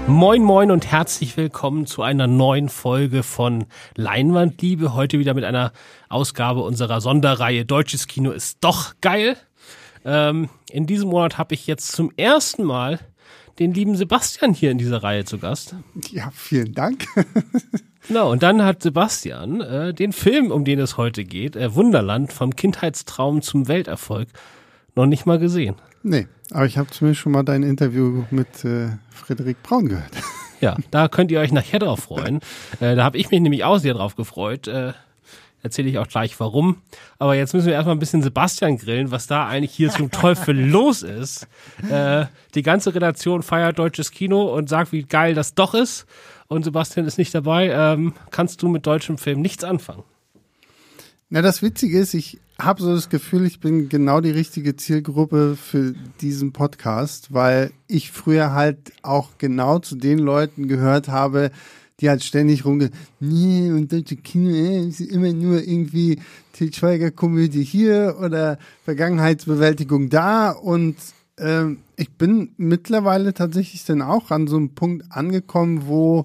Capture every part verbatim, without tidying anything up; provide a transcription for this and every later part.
Moin moin und herzlich willkommen zu einer neuen Folge von Leinwandliebe. Heute wieder mit einer Ausgabe unserer Sonderreihe Deutsches Kino ist doch geil. Ähm, in diesem Monat habe ich jetzt zum ersten Mal den lieben Sebastian hier in dieser Reihe zu Gast. Ja, vielen Dank. Genau, und dann hat Sebastian äh, den Film, um den es heute geht, äh, Wunderland, vom Kindheitstraum zum Welterfolg, noch nicht mal gesehen. Nee, aber ich habe zumindest schon mal dein Interview mit äh, Frederik Braun gehört. Ja, da könnt ihr euch nachher drauf freuen. Äh, da habe ich mich nämlich auch sehr drauf gefreut. Äh, erzähle ich auch gleich warum. Aber jetzt müssen wir erstmal ein bisschen Sebastian grillen, was da eigentlich hier zum Teufel los ist. Äh, die ganze Redaktion feiert deutsches Kino und sagt, wie geil das doch ist. Und Sebastian ist nicht dabei. Ähm, kannst du mit deutschem Film nichts anfangen? Na, das Witzige ist, ich habe so das Gefühl, ich bin genau die richtige Zielgruppe für diesen Podcast, weil ich früher halt auch genau zu den Leuten gehört habe, die halt ständig rumgehen, nee, und deutsche Kino, äh, ist immer nur irgendwie Til Schweiger-Komödie hier oder Vergangenheitsbewältigung da. Und ähm, ich bin mittlerweile tatsächlich dann auch an so einem Punkt angekommen, wo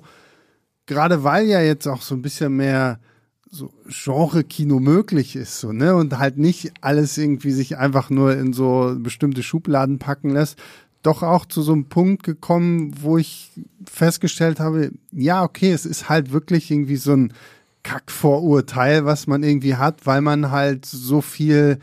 gerade weil ja jetzt auch so ein bisschen mehr so Genre-Kino möglich ist, so, ne, und halt nicht alles irgendwie sich einfach nur in so bestimmte Schubladen packen lässt, doch auch zu so einem Punkt gekommen, wo ich festgestellt habe, ja, okay, es ist halt wirklich irgendwie so ein Kackvorurteil, was man irgendwie hat, weil man halt so viel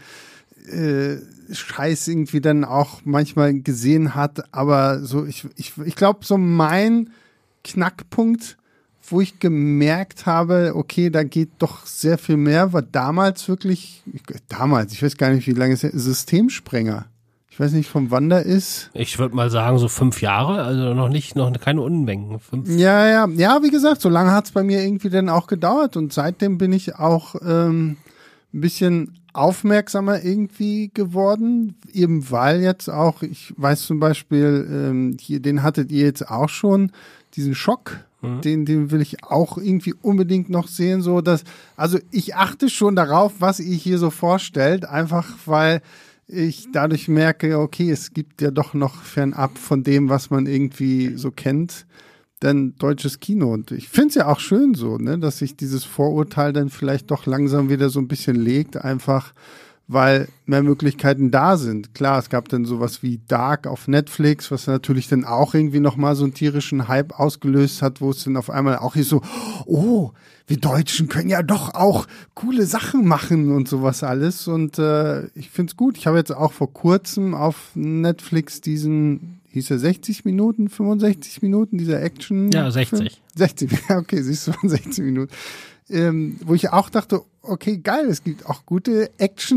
äh, Scheiß irgendwie dann auch manchmal gesehen hat, aber so, ich, ich, ich glaube, so mein Knackpunkt, wo ich gemerkt habe, okay, da geht doch sehr viel mehr, war damals wirklich, damals, ich weiß gar nicht, wie lange es ist, Systemsprenger. Ich weiß nicht, von wann der ist. Ich würde mal sagen, so fünf Jahre, also noch nicht, noch keine Unmengen. Fünf. Ja, ja, ja, wie gesagt, so lange hat es bei mir irgendwie dann auch gedauert und seitdem bin ich auch ähm, ein bisschen aufmerksamer irgendwie geworden, eben weil jetzt auch, ich weiß zum Beispiel, ähm, hier, den hattet ihr jetzt auch schon, diesen Schock. Mhm. Den, den will ich auch irgendwie unbedingt noch sehen, so dass, also ich achte schon darauf, was ihr hier so vorstellt, einfach weil ich dadurch merke, okay, es gibt ja doch noch fernab von dem, was man irgendwie so kennt, dann deutsches Kino. Und ich finde es ja auch schön so, ne, dass sich dieses Vorurteil dann vielleicht doch langsam wieder so ein bisschen legt, einfach weil mehr Möglichkeiten da sind. Klar, es gab dann sowas wie Dark auf Netflix, was natürlich dann auch irgendwie nochmal so einen tierischen Hype ausgelöst hat, wo es dann auf einmal auch hier so, oh, wir Deutschen können ja doch auch coole Sachen machen und sowas alles. Und äh, ich find's gut. Ich habe jetzt auch vor kurzem auf Netflix diesen, hieß er sechzig Minuten, fünfundsechzig Minuten, dieser Action. Ja, sechzig. sechzig, ja, okay, siehst du, von sechzig Minuten. Ähm, wo ich auch dachte, okay, geil, es gibt auch gute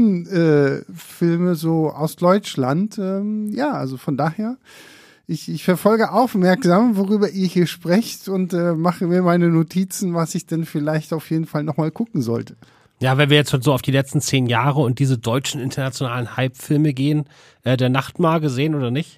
Action-Filme äh, so aus Deutschland. Ähm, ja, also von daher, ich, ich verfolge aufmerksam, worüber ihr hier sprecht und äh, mache mir meine Notizen, was ich denn vielleicht auf jeden Fall nochmal gucken sollte. Ja, wenn wir jetzt so auf die letzten zehn Jahre und diese deutschen internationalen Hype-Filme gehen, äh, der Nachtmahr gesehen oder nicht?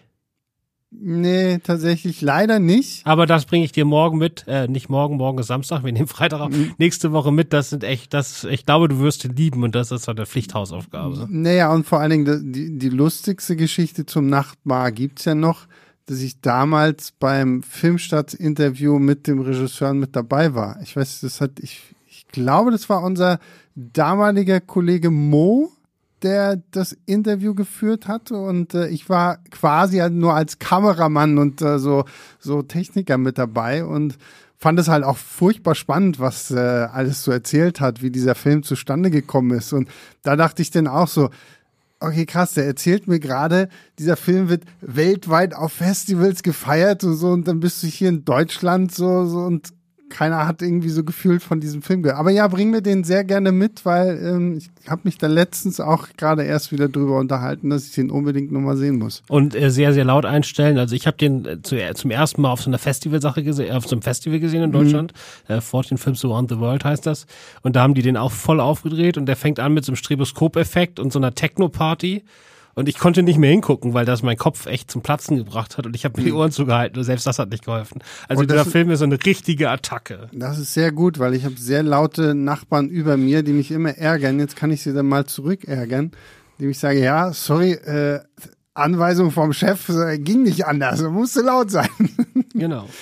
Nee, tatsächlich leider nicht. Aber das bringe ich dir morgen mit, äh, nicht morgen, morgen ist Samstag, wir nehmen Freitag auf, mhm. nächste Woche mit, das sind echt, das, ich glaube, du wirst ihn lieben und das ist eine Pflichthausaufgabe. Naja, und vor allen Dingen die, die lustigste Geschichte zum Nachtmahr gibt's ja noch, dass ich damals beim Filmstadt-Interview mit dem Regisseur mit dabei war. Ich weiß, das hat, ich, ich glaube, das war unser damaliger Kollege Mo, der das Interview geführt hat und äh, ich war quasi halt nur als Kameramann und äh, so so Techniker mit dabei und fand es halt auch furchtbar spannend, was äh, alles so erzählt hat, wie dieser Film zustande gekommen ist und da dachte ich dann auch so, okay, krass, der erzählt mir gerade, dieser Film wird weltweit auf Festivals gefeiert und so und dann bist du hier in Deutschland so, so und keiner hat irgendwie so gefühlt von diesem Film gehört. Aber ja, bring mir den sehr gerne mit, weil ähm, ich habe mich da letztens auch gerade erst wieder drüber unterhalten, dass ich den unbedingt nochmal sehen muss. Und äh, sehr, sehr laut einstellen. Also ich habe den äh, zu, äh, zum ersten Mal auf so einer Festivalsache gesehen, auf so einem Festival gesehen in Deutschland. Mhm. Äh, vierzehn Films Around the World heißt das. Und da haben die den auch voll aufgedreht und der fängt an mit so einem Stroboskop-Effekt und so einer Techno-Party. Und ich konnte nicht mehr hingucken, weil das mein Kopf echt zum Platzen gebracht hat und ich habe mir die Ohren zugehalten und selbst das hat nicht geholfen. Also dieser Film ist so eine richtige Attacke. Das ist sehr gut, weil ich habe sehr laute Nachbarn über mir, die mich immer ärgern. Jetzt kann ich sie dann mal zurück ärgern, indem ich sage, ja, sorry, äh, Anweisung vom Chef äh, ging nicht anders, musste laut sein. Genau.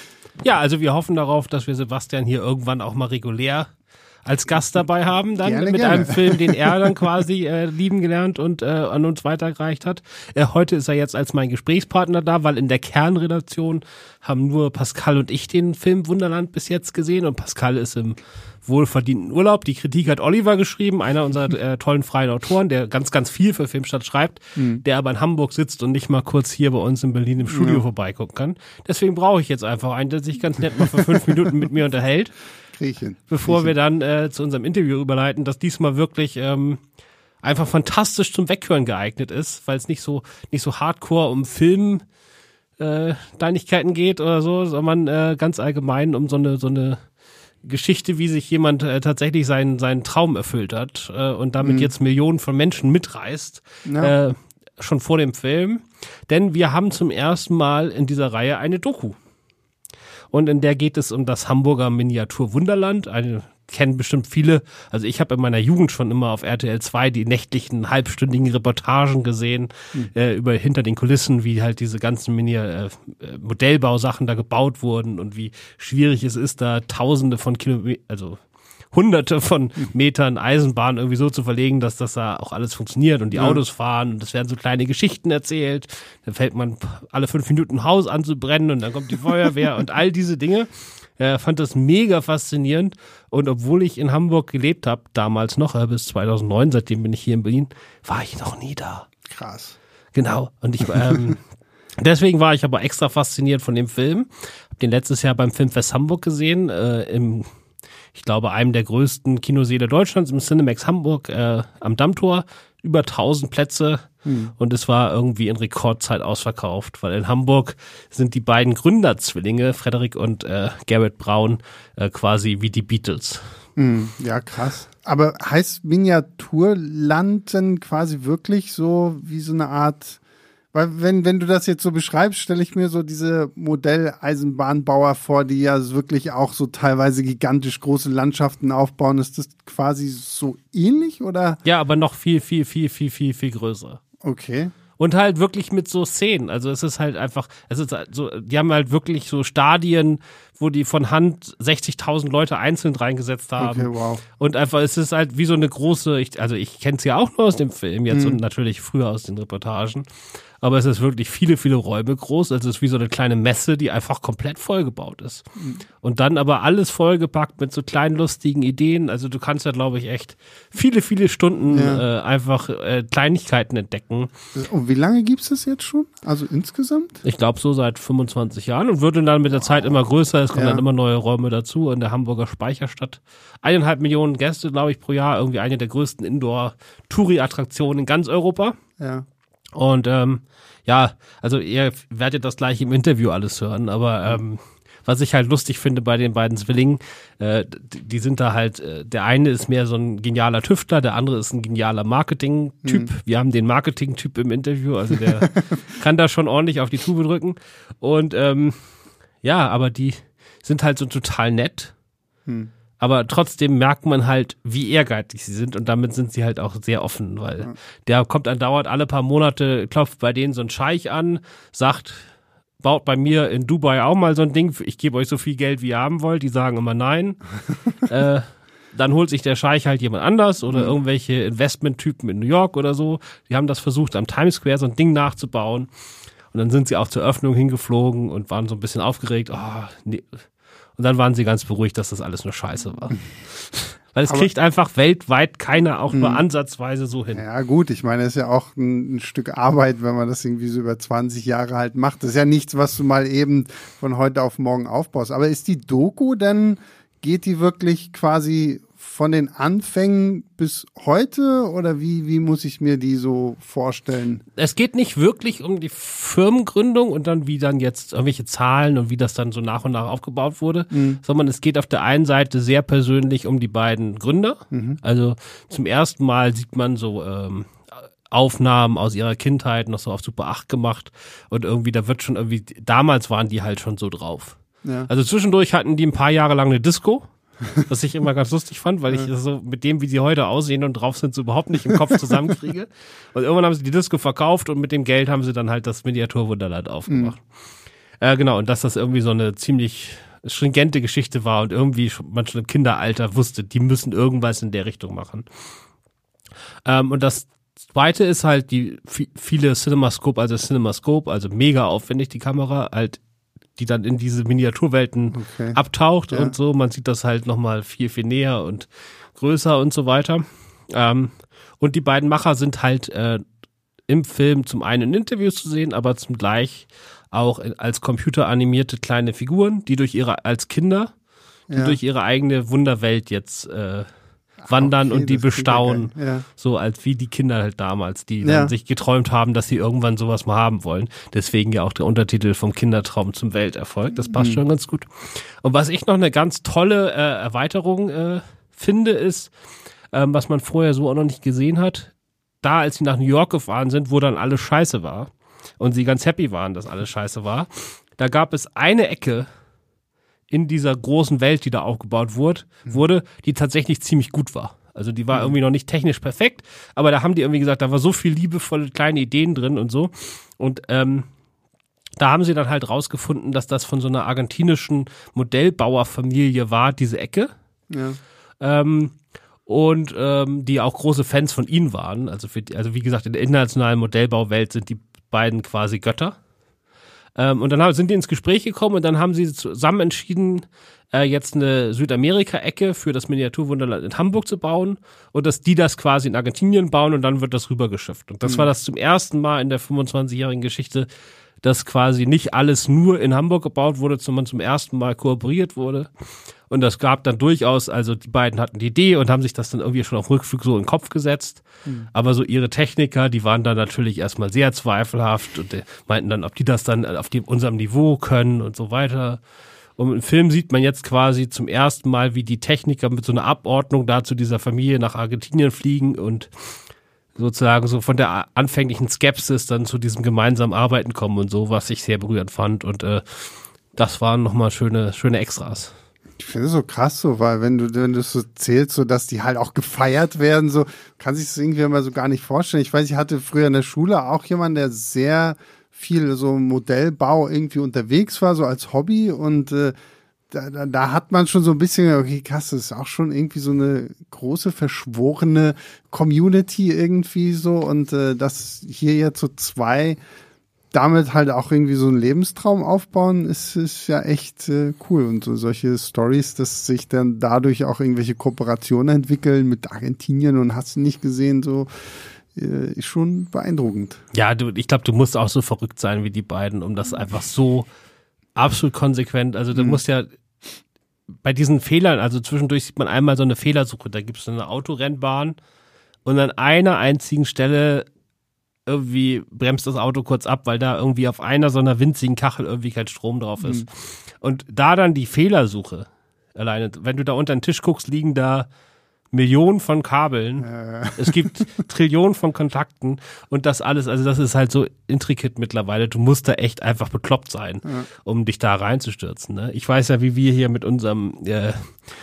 Ja, also wir hoffen darauf, dass wir Sebastian hier irgendwann auch mal regulär als Gast dabei haben, dann gerne, mit gerne. einem Film, den er dann quasi äh, lieben gelernt und äh, an uns weitergereicht hat. Äh, heute ist er jetzt als mein Gesprächspartner da, weil in der Kernredaktion haben nur Pascal und ich den Film Wunderland bis jetzt gesehen und Pascal ist im wohlverdienten Urlaub. Die Kritik hat Oliver geschrieben, einer unserer äh, tollen freien Autoren, der ganz, ganz viel für Filmstadt schreibt, mhm. der aber in Hamburg sitzt und nicht mal kurz hier bei uns in Berlin im Studio ja. vorbeigucken kann. Deswegen brauche ich jetzt einfach einen, der sich ganz nett mal für fünf Minuten mit mir unterhält. Griechen. Bevor Griechen. wir dann äh, zu unserem Interview überleiten, das diesmal wirklich ähm, einfach fantastisch zum Weghören geeignet ist, weil es nicht so nicht so hardcore um Film äh, Kleinigkeiten geht oder so, sondern äh, ganz allgemein um so eine so eine Geschichte, wie sich jemand äh, tatsächlich seinen seinen Traum erfüllt hat äh, und damit mhm. jetzt Millionen von Menschen mitreißt, ja. äh, schon vor dem Film. Denn wir haben zum ersten Mal in dieser Reihe eine Doku. Und in der geht es um das Hamburger Miniaturwunderland. Eine kennen bestimmt viele. Also ich habe in meiner Jugend schon immer auf R T L zwei die nächtlichen, halbstündigen Reportagen gesehen, mhm. äh, über hinter den Kulissen, wie halt diese ganzen Mini- äh, Modellbausachen da gebaut wurden und wie schwierig es ist, da tausende von Kilometern, also hunderte von Metern Eisenbahn irgendwie so zu verlegen, dass das da auch alles funktioniert und die ja. Autos fahren und es werden so kleine Geschichten erzählt. Dann fällt man alle fünf Minuten ein Haus an zu brennen und dann kommt die Feuerwehr und all diese Dinge. Ich fand das mega faszinierend und obwohl ich in Hamburg gelebt habe, damals noch, äh, bis zweitausendneun, seitdem bin ich hier in Berlin, war ich noch nie da. Krass. Genau. Und ich ähm, deswegen war ich aber extra fasziniert von dem Film. Hab den letztes Jahr beim Filmfest Hamburg gesehen, äh, im ich glaube, einem der größten Kinosäle Deutschlands, im Cinemax Hamburg äh, am Dammtor, über tausend Plätze hm. und es war irgendwie in Rekordzeit ausverkauft, weil in Hamburg sind die beiden Gründerzwillinge, Frederik und äh, Garrett Brown, äh, quasi wie die Beatles. Hm, ja, krass. Aber heißt Miniaturland denn quasi wirklich so wie so eine Art... Weil wenn wenn du das jetzt so beschreibst, stelle ich mir so diese Modelleisenbahnbauer vor, die ja wirklich auch so teilweise gigantisch große Landschaften aufbauen. Ist das quasi so ähnlich oder? Ja, aber noch viel, viel, viel, viel, viel, viel größer. Okay. Und halt wirklich mit so Szenen. Also es ist halt einfach, es ist halt so, die haben halt wirklich so Stadien, wo die von Hand sechzigtausend Leute einzeln reingesetzt haben. Okay, wow. Und einfach, es ist halt wie so eine große, ich, also ich kenne es ja auch nur aus dem Film jetzt Mhm. und natürlich früher aus den Reportagen. Aber es ist wirklich viele, viele Räume groß. Also es ist wie so eine kleine Messe, die einfach komplett vollgebaut ist. Mhm. Und dann aber alles vollgepackt mit so kleinen, lustigen Ideen. Also du kannst ja, glaube ich, echt viele, viele Stunden Ja. äh, einfach äh, Kleinigkeiten entdecken. Und wie lange gibt's das jetzt schon? Also insgesamt? Ich glaube so seit fünfundzwanzig Jahren und würde dann mit der Zeit immer größer. Es kommen Ja. dann immer neue Räume dazu in der Hamburger Speicherstadt. Eineinhalb Millionen Gäste, glaube ich, pro Jahr. Irgendwie eine der größten Indoor-Touri-Attraktionen in ganz Europa. Ja. Und ähm, ja, also ihr werdet das gleich im Interview alles hören, aber ähm, was ich halt lustig finde bei den beiden Zwillingen, äh, die, die sind da halt, äh, der eine ist mehr so ein genialer Tüftler, der andere ist ein genialer Marketing-Typ. Mhm. Wir haben den Marketing-Typ im Interview, also der kann da schon ordentlich auf die Tube drücken. Und ähm, ja, aber die sind halt so total nett. Mhm. Aber trotzdem merkt man halt, wie ehrgeizig sie sind und damit sind sie halt auch sehr offen, weil ja. der kommt andauernd alle paar Monate, klopft bei denen so ein Scheich an, sagt, baut bei mir in Dubai auch mal so ein Ding, ich gebe euch so viel Geld, wie ihr haben wollt, die sagen immer nein. äh, dann holt sich der Scheich halt jemand anders oder mhm. irgendwelche Investmenttypen in New York oder so, die haben das versucht, am Times Square so ein Ding nachzubauen und dann sind sie auch zur Öffnung hingeflogen und waren so ein bisschen aufgeregt, oh, nee. Und dann waren sie ganz beruhigt, dass das alles nur Scheiße war. Weil es aber kriegt einfach weltweit keiner auch nur ansatzweise so hin. Ja gut, ich meine, es ist ja auch ein, ein Stück Arbeit, wenn man das irgendwie so über zwanzig Jahre halt macht. Das ist ja nichts, was du mal eben von heute auf morgen aufbaust. Aber ist die Doku dann, geht die wirklich quasi von den Anfängen bis heute oder wie, wie muss ich mir die so vorstellen? Es geht nicht wirklich um die Firmengründung und dann wie dann jetzt irgendwelche Zahlen und wie das dann so nach und nach aufgebaut wurde, mhm. sondern es geht auf der einen Seite sehr persönlich um die beiden Gründer. Mhm. Also zum ersten Mal sieht man so ähm, Aufnahmen aus ihrer Kindheit noch so auf Super acht gemacht und irgendwie da wird schon irgendwie, damals waren die halt schon so drauf. Ja. Also zwischendurch hatten die ein paar Jahre lang eine Disco. Was ich immer ganz lustig fand, weil ich das so mit dem, wie sie heute aussehen und drauf sind, so überhaupt nicht im Kopf zusammenkriege. Und irgendwann haben sie die Disco verkauft und mit dem Geld haben sie dann halt das Miniaturwunderland aufgemacht. Mhm. Äh, genau, und dass das irgendwie so eine ziemlich stringente Geschichte war und irgendwie schon, man schon im Kinderalter wusste, die müssen irgendwas in der Richtung machen. Ähm, und das Zweite ist halt die viele CinemaScope, also CinemaScope, also mega aufwendig die Kamera, halt, die dann in diese Miniaturwelten okay. abtaucht ja. und so. Man sieht das halt nochmal viel, viel näher und größer und so weiter. Ähm, und die beiden Macher sind halt äh, im Film zum einen in Interviews zu sehen, aber zum gleich auch als computeranimierte kleine Figuren, die durch ihre, als Kinder, die ja. durch ihre eigene Wunderwelt jetzt äh, wandern okay, und die bestaunen, ja. so als wie die Kinder halt damals, die ja. dann sich geträumt haben, dass sie irgendwann sowas mal haben wollen. Deswegen ja auch der Untertitel vom Kindertraum zum Welterfolg, das passt mhm. schon ganz gut. Und was ich noch eine ganz tolle äh, Erweiterung äh, finde, ist, ähm, was man vorher so auch noch nicht gesehen hat, da als sie nach New York gefahren sind, wo dann alles scheiße war und sie ganz happy waren, dass alles scheiße war, da gab es eine Ecke in dieser großen Welt, die da aufgebaut wurde, wurde, die tatsächlich ziemlich gut war. Also die war irgendwie noch nicht technisch perfekt, aber da haben die irgendwie gesagt, da war so viel liebevolle kleine Ideen drin und so. Und ähm, da haben sie dann halt rausgefunden, dass das von so einer argentinischen Modellbauerfamilie war, diese Ecke. Ja. Ähm, und ähm, die auch große Fans von ihnen waren. Also, für die, also wie gesagt, in der internationalen Modellbauwelt sind die beiden quasi Götter. Ähm, und dann haben, sind die ins Gespräch gekommen und dann haben sie zusammen entschieden, äh, jetzt eine Südamerika-Ecke für das Miniaturwunderland in Hamburg zu bauen und dass die das quasi in Argentinien bauen und dann wird das rübergeschifft. Und das mhm. war das zum ersten Mal in der fünfundzwanzigjährigen Geschichte, dass quasi nicht alles nur in Hamburg gebaut wurde, sondern zum ersten Mal kooperiert wurde. Und das gab dann durchaus, also die beiden hatten die Idee und haben sich das dann irgendwie schon auf Rückflug so in den Kopf gesetzt. Mhm. Aber so ihre Techniker, die waren dann natürlich erstmal sehr zweifelhaft und die meinten dann, ob die das dann auf dem, unserem Niveau können und so weiter. Und im Film sieht man jetzt quasi zum ersten Mal, wie die Techniker mit so einer Abordnung da zu dieser Familie nach Argentinien fliegen und sozusagen so von der anfänglichen Skepsis dann zu diesem gemeinsamen Arbeiten kommen und so, was ich sehr berührend fand. Und äh, das waren nochmal schöne, schöne Extras. Ich finde es so krass so, weil wenn du, wenn du es so zählst, so dass die halt auch gefeiert werden, so kann sich das irgendwie immer so gar nicht vorstellen. Ich weiß, ich hatte früher in der Schule auch jemanden, der sehr viel so Modellbau irgendwie unterwegs war, so als Hobby und äh, da, da, da hat man schon so ein bisschen, okay, krass, das ist auch schon irgendwie so eine große, verschworene Community irgendwie so und äh, dass hier jetzt so zwei damit halt auch irgendwie so einen Lebenstraum aufbauen, ist, ist ja echt äh, cool. Und so solche Stories, dass sich dann dadurch auch irgendwelche Kooperationen entwickeln mit Argentinien und hast du nicht gesehen, so äh, ist schon beeindruckend. Ja, du, ich glaube, du musst auch so verrückt sein wie die beiden, um das einfach so absolut konsequent, also du mhm. musst ja bei diesen Fehlern, also zwischendurch sieht man einmal so eine Fehlersuche, da gibt es eine Autorennbahn und an einer einzigen Stelle irgendwie bremst das Auto kurz ab, weil da irgendwie auf einer so einer winzigen Kachel irgendwie kein Strom drauf ist. Mhm. Und da dann die Fehlersuche alleine, wenn du da unter den Tisch guckst, liegen da Millionen von Kabeln. Äh. Es gibt Trillionen von Kontakten und das alles, also das ist halt so intricate mittlerweile. Du musst da echt einfach bekloppt sein, ja. um dich da reinzustürzen. Ne? Ich weiß ja, wie wir hier mit unserem äh,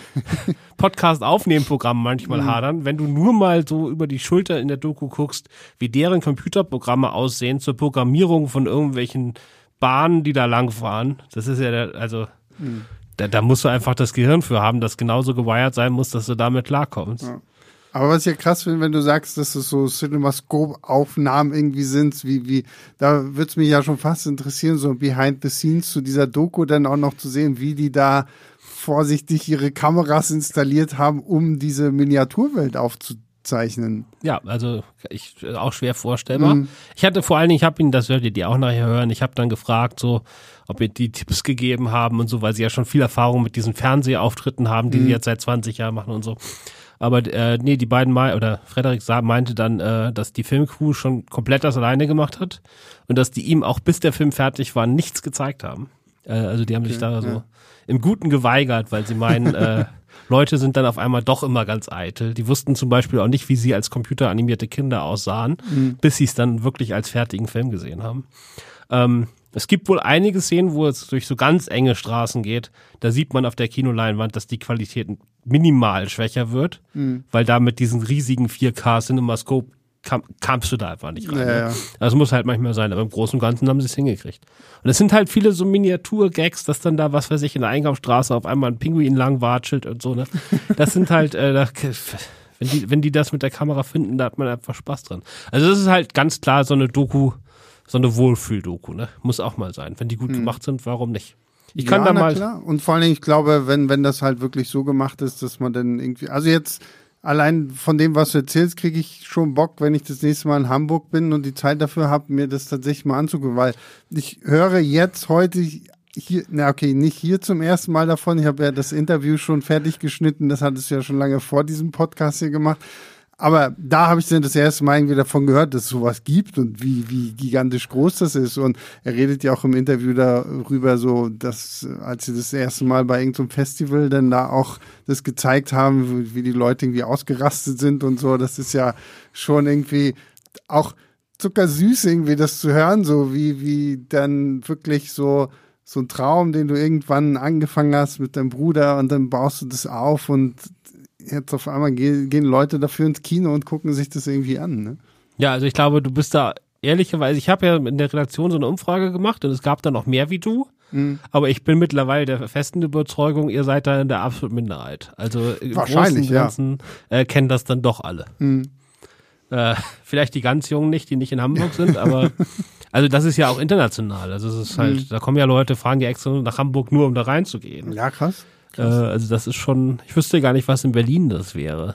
Podcast-Aufnehmen-Programm manchmal mhm. hadern. Wenn du nur mal so über die Schulter in der Doku guckst, wie deren Computerprogramme aussehen zur Programmierung von irgendwelchen Bahnen, die da langfahren. Das ist ja der, also mhm. Da, da musst du einfach das Gehirn für haben, das genauso gewired sein muss, dass du damit klarkommst. Ja. Aber was ich ja krass finde, wenn du sagst, dass es so CinemaScope-Aufnahmen irgendwie sind, wie, wie, da würde es mich ja schon fast interessieren, so behind the scenes zu dieser Doku dann auch noch zu sehen, wie die da vorsichtig ihre Kameras installiert haben, um diese Miniaturwelt aufzuzeichnen. Ja, also ich auch schwer vorstellbar. Mhm. Ich hatte vor allen Dingen, ich habe ihn, das werdet ihr auch nachher hören, ich habe dann gefragt, so, ob wir die Tipps gegeben haben und so, weil sie ja schon viel Erfahrung mit diesen Fernsehauftritten haben, die mhm. sie jetzt seit zwanzig Jahren machen und so. Aber äh, nee, die beiden mal oder Frederik meinte dann, äh, dass die Filmcrew schon komplett das alleine gemacht hat und dass die ihm auch bis der Film fertig war nichts gezeigt haben. Äh, also die haben okay, sich da ja. so im Guten geweigert, weil sie meinen, äh, Leute sind dann auf einmal doch immer ganz eitel. Die wussten zum Beispiel auch nicht, wie sie als computeranimierte Kinder aussahen, mhm. bis sie es dann wirklich als fertigen Film gesehen haben. Ähm, Es gibt wohl einige Szenen, wo es durch so ganz enge Straßen geht. Da sieht man auf der Kinoleinwand, dass die Qualität minimal schwächer wird, mhm. weil da mit diesen riesigen vier K CinemaScope kam, kamst du da einfach nicht rein. Ja, ne? ja. Das muss halt manchmal sein, aber im Großen und Ganzen haben sie es hingekriegt. Und es sind halt viele so Miniatur-Gags, dass dann da, was weiß ich, in der Einkaufsstraße auf einmal ein Pinguin lang watschelt und so, ne? Das sind halt, äh, da, wenn die, wenn die das mit der Kamera finden, da hat man einfach Spaß dran. Also das ist halt ganz klar so eine Doku, so eine Wohlfühl-Doku, ne? Muss auch mal sein. Wenn die gut hm. gemacht sind, warum nicht? Ich kann ja, da na mal. Klar. Und vor allen Dingen, ich glaube, wenn, wenn das halt wirklich so gemacht ist, dass man dann irgendwie, also jetzt allein von dem, was du erzählst, kriege ich schon Bock, wenn ich das nächste Mal in Hamburg bin und die Zeit dafür habe, mir das tatsächlich mal anzugucken, weil ich höre jetzt heute hier, na okay, nicht hier zum ersten Mal davon. Ich habe ja das Interview schon fertig geschnitten. Das hattest du ja schon lange vor diesem Podcast hier gemacht. Aber da habe ich dann das erste Mal irgendwie davon gehört, dass es sowas gibt und wie, wie gigantisch groß das ist. Und er redet ja auch im Interview darüber so, dass als sie das erste Mal bei irgendeinem Festival dann da auch das gezeigt haben, wie, wie die Leute irgendwie ausgerastet sind und so. Das ist ja schon irgendwie auch zuckersüß irgendwie das zu hören, so wie, wie dann wirklich so so ein Traum, den du irgendwann angefangen hast mit deinem Bruder und dann baust du das auf und jetzt auf einmal gehen, gehen Leute dafür ins Kino und gucken sich das irgendwie an. Ne? Ja, also ich glaube, du bist da ehrlicherweise, ich habe ja in der Redaktion so eine Umfrage gemacht und es gab da noch mehr wie du, mhm. aber ich bin mittlerweile der festen Überzeugung, ihr seid da in der absoluten Minderheit. Also im Wahrscheinlich, Großen und Ganzen ja. äh, kennen das dann doch alle. Mhm. Äh, vielleicht die ganz Jungen nicht, die nicht in Hamburg sind, aber also das ist ja auch international. Also es ist halt, mhm. da kommen ja Leute, fahren ja extra nach Hamburg nur, um da reinzugehen. Ja, krass. Äh, also das ist schon, ich wüsste gar nicht, was in Berlin das wäre.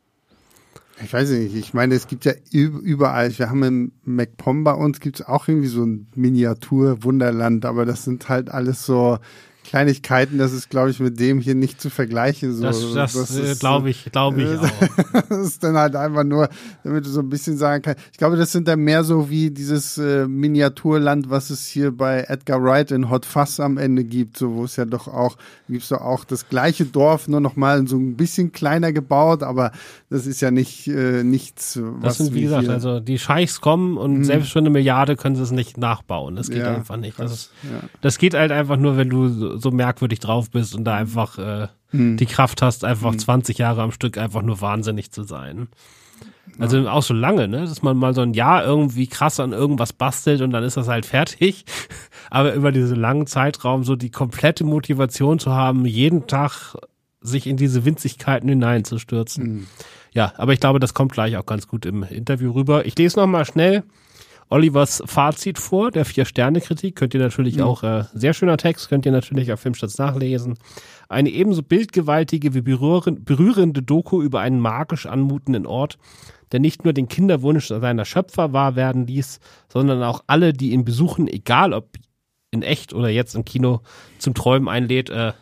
Ich weiß nicht, ich meine, es gibt ja überall, wir haben in MacPom bei uns, gibt es auch irgendwie so ein Miniatur-Wunderland, aber das sind halt alles so Kleinigkeiten, das ist, glaube ich, mit dem hier nicht zu vergleichen. So. Das, das, das äh, glaube ich, glaube ich auch. Das ist dann halt einfach nur, damit du so ein bisschen sagen kannst. Ich glaube, das sind dann mehr so wie dieses äh, Miniaturland, was es hier bei Edgar Wright in Hot Fuzz am Ende gibt, so wo es ja doch auch, gibt es doch auch das gleiche Dorf, nur noch mal so ein bisschen kleiner gebaut, aber das ist ja nicht äh, nichts, was Das sind, wie gesagt, hier. Also die Scheichs kommen und mhm. selbst für eine Milliarde können sie es nicht nachbauen. Das geht ja, einfach nicht. Das, ist, ja. das geht halt einfach nur, wenn du so, so merkwürdig drauf bist und da einfach äh, hm. die Kraft hast, einfach hm. zwanzig Jahre am Stück einfach nur wahnsinnig zu sein. Also ja. auch so lange, ne, dass man mal so ein Jahr irgendwie krass an irgendwas bastelt und dann ist das halt fertig. Aber über diesen langen Zeitraum so die komplette Motivation zu haben, jeden Tag sich in diese Winzigkeiten hineinzustürzen. Hm. Ja, aber ich glaube, das kommt gleich auch ganz gut im Interview rüber. Ich lese noch mal schnell Olivers Fazit vor, der Vier-Sterne-Kritik. Könnt ihr natürlich mhm. auch, äh, sehr schöner Text, könnt ihr natürlich auf Filmstarts nachlesen. Eine ebenso bildgewaltige wie berührend, berührende Doku über einen magisch anmutenden Ort, der nicht nur den Kinderwunsch seiner Schöpfer wahr werden ließ, sondern auch alle, die ihn besuchen, egal ob in echt oder jetzt im Kino, zum Träumen einlädt. Äh,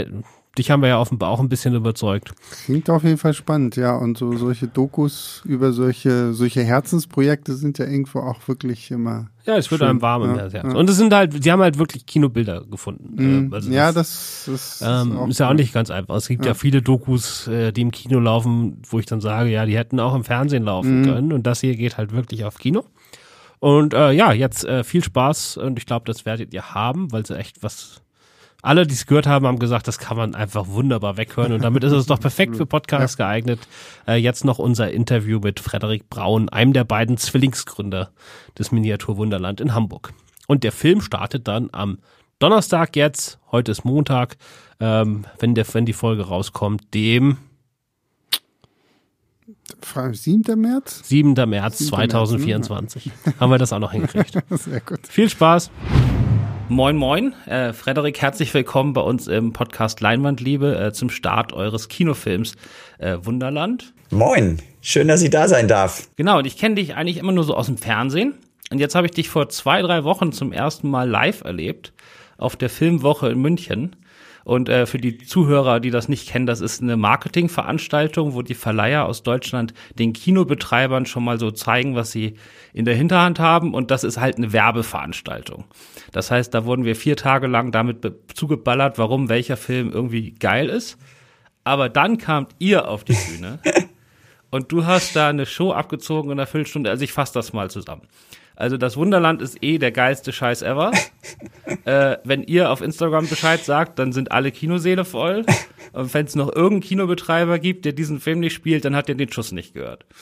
Dich haben wir ja offenbar auch ein bisschen überzeugt. Klingt auf jeden Fall spannend, ja. Und so solche Dokus über solche solche Herzensprojekte sind ja irgendwo auch wirklich immer. Ja, es wird schön. einem warm im ja, Herz. ja. Und es sind halt, sie haben halt wirklich Kinobilder gefunden. Mhm. Also ja, das, das, das ähm, ist, auch ist ja auch nicht ganz einfach. Es gibt ja, ja viele Dokus, äh, die im Kino laufen, wo ich dann sage, ja, die hätten auch im Fernsehen laufen mhm. können. Und das hier geht halt wirklich auf Kino. Und äh, ja, jetzt äh, viel Spaß und ich glaube, das werdet ihr haben, weil sie echt was. Alle, die es gehört haben, haben gesagt, das kann man einfach wunderbar weghören und damit ist es doch perfekt für Podcasts ja. geeignet. Äh, jetzt noch unser Interview mit Frederik Braun, einem der beiden Zwillingsgründer des Miniatur Wunderland in Hamburg. Und der Film startet dann am Donnerstag jetzt, heute ist Montag, ähm, wenn, der, wenn die Folge rauskommt, dem siebten März? siebten März zweitausendvierundzwanzig. März, ne? Haben wir das auch noch hingekriegt. Sehr gut. Viel Spaß. Moin, moin. Äh, Frederik, herzlich willkommen bei uns im Podcast Leinwandliebe äh, zum Start eures Kinofilms äh, Wunderland. Moin, schön, dass ich da sein darf. Genau, und ich kenne dich eigentlich immer nur so aus dem Fernsehen. Und jetzt habe ich dich vor zwei, drei Wochen zum ersten Mal live erlebt auf der Filmwoche in München. Und äh, für die Zuhörer, die das nicht kennen, das ist eine Marketingveranstaltung, wo die Verleiher aus Deutschland den Kinobetreibern schon mal so zeigen, was sie in der Hinterhand haben. Und das ist halt eine Werbeveranstaltung. Das heißt, da wurden wir vier Tage lang damit be- zugeballert, warum welcher Film irgendwie geil ist. Aber dann kamt ihr auf die Bühne und du hast da eine Show abgezogen in einer Viertelstunde. Also ich fasse das mal zusammen. Also das Wunderland ist eh der geilste Scheiß ever. äh, wenn ihr auf Instagram Bescheid sagt, dann sind alle Kinosäle voll. Und wenn es noch irgendeinen Kinobetreiber gibt, der diesen Film nicht spielt, dann hat er den Schuss nicht gehört.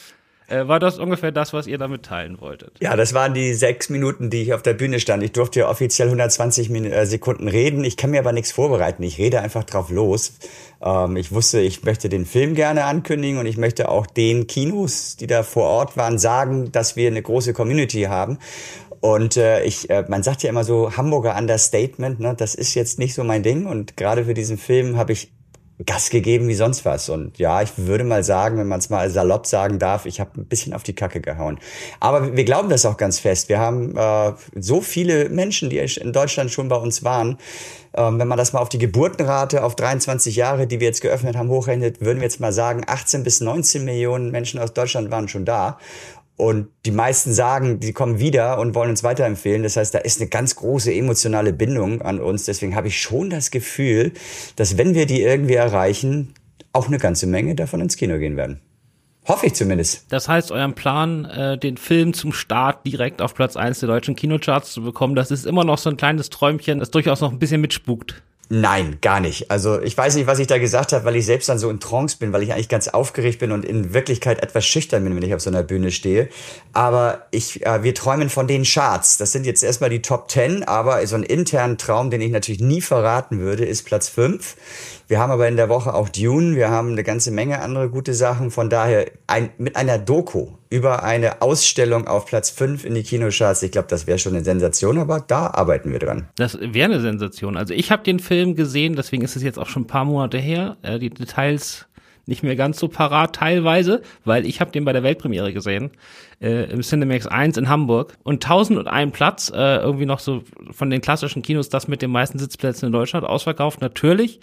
Äh, war das ungefähr das, was ihr damit teilen wolltet? Ja, das waren die sechs Minuten, die ich auf der Bühne stand. Ich durfte ja offiziell hundertzwanzig Min- äh, Sekunden reden. Ich kann mir aber nichts vorbereiten. Ich rede einfach drauf los. Ähm, ich wusste, ich möchte den Film gerne ankündigen und ich möchte auch den Kinos, die da vor Ort waren, sagen, dass wir eine große Community haben. Und äh, ich, äh, man sagt ja immer so Hamburger Understatement, ne? Das ist jetzt nicht so mein Ding. Und gerade für diesen Film habe ich Gas gegeben wie sonst was. Und ja, ich würde mal sagen, wenn man es mal salopp sagen darf, ich habe ein bisschen auf die Kacke gehauen. Aber wir glauben das auch ganz fest. Wir haben äh, so viele Menschen, die in Deutschland schon bei uns waren. Ähm, wenn man das mal auf die Geburtenrate auf dreiundzwanzig Jahre, die wir jetzt geöffnet haben, hochrechnet, würden wir jetzt mal sagen, achtzehn bis neunzehn Millionen Menschen aus Deutschland waren schon da. Und die meisten sagen, die kommen wieder und wollen uns weiterempfehlen. Das heißt, da ist eine ganz große emotionale Bindung an uns. Deswegen habe ich schon das Gefühl, dass wenn wir die irgendwie erreichen, auch eine ganze Menge davon ins Kino gehen werden. Hoffe ich zumindest. Das heißt, euren Plan, äh, den Film zum Start direkt auf Platz eins der deutschen Kinocharts zu bekommen, das ist immer noch so ein kleines Träumchen, das durchaus noch ein bisschen mitspukt. Nein, gar nicht. Also ich weiß nicht, was ich da gesagt habe, weil ich selbst dann so in Trance bin, weil ich eigentlich ganz aufgeregt bin und in Wirklichkeit etwas schüchtern bin, wenn ich auf so einer Bühne stehe. Aber ich, äh, wir träumen von den Charts. Das sind jetzt erstmal die Top Ten, aber so einen internen Traum, den ich natürlich nie verraten würde, ist Platz fünf. Wir haben aber in der Woche auch Dune, wir haben eine ganze Menge andere gute Sachen. Von daher ein, mit einer Doku über eine Ausstellung auf Platz fünf in die Kinocharts, ich glaube, das wäre schon eine Sensation, aber da arbeiten wir dran. Das wäre eine Sensation. Also ich habe den Film gesehen, deswegen ist es jetzt auch schon ein paar Monate her. Äh, die Details nicht mehr ganz so parat teilweise, weil ich habe den bei der Weltpremiere gesehen, äh, im Cinemax eins in Hamburg. Und tausendundein Platz, äh, irgendwie noch so von den klassischen Kinos, das mit den meisten Sitzplätzen in Deutschland, ausverkauft, natürlich.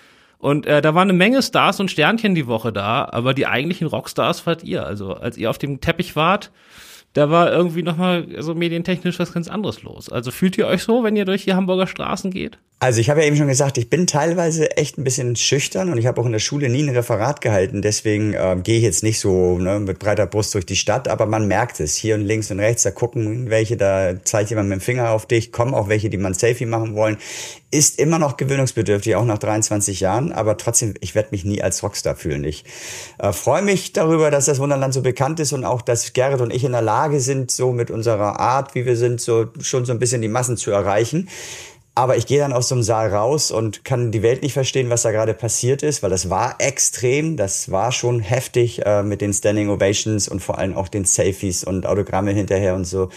Und äh, da waren eine Menge Stars und Sternchen die Woche da, aber die eigentlichen Rockstars wart ihr. Also als ihr auf dem Teppich wart, da war irgendwie nochmal so medientechnisch was ganz anderes los. Also fühlt ihr euch so, wenn ihr durch die Hamburger Straßen geht? Also ich habe ja eben schon gesagt, ich bin teilweise echt ein bisschen schüchtern und ich habe auch in der Schule nie ein Referat gehalten. Deswegen äh, gehe ich jetzt nicht so ne, mit breiter Brust durch die Stadt, aber man merkt es. Hier und links und rechts, da gucken welche, da zeigt jemand mit dem Finger auf dich, kommen auch welche, die mal ein Selfie machen wollen. Ist immer noch gewöhnungsbedürftig, auch nach dreiundzwanzig Jahren, aber trotzdem, ich werde mich nie als Rockstar fühlen. Ich äh, freue mich darüber, dass das Wunderland so bekannt ist und auch, dass Gerrit und ich in der Lage sind, so mit unserer Art, wie wir sind, so schon so ein bisschen die Massen zu erreichen. Aber ich gehe dann aus so einem Saal raus und kann die Welt nicht verstehen, was da gerade passiert ist, weil das war extrem, das war schon heftig äh, mit den Standing Ovations und vor allem auch den Selfies und Autogramme hinterher und so.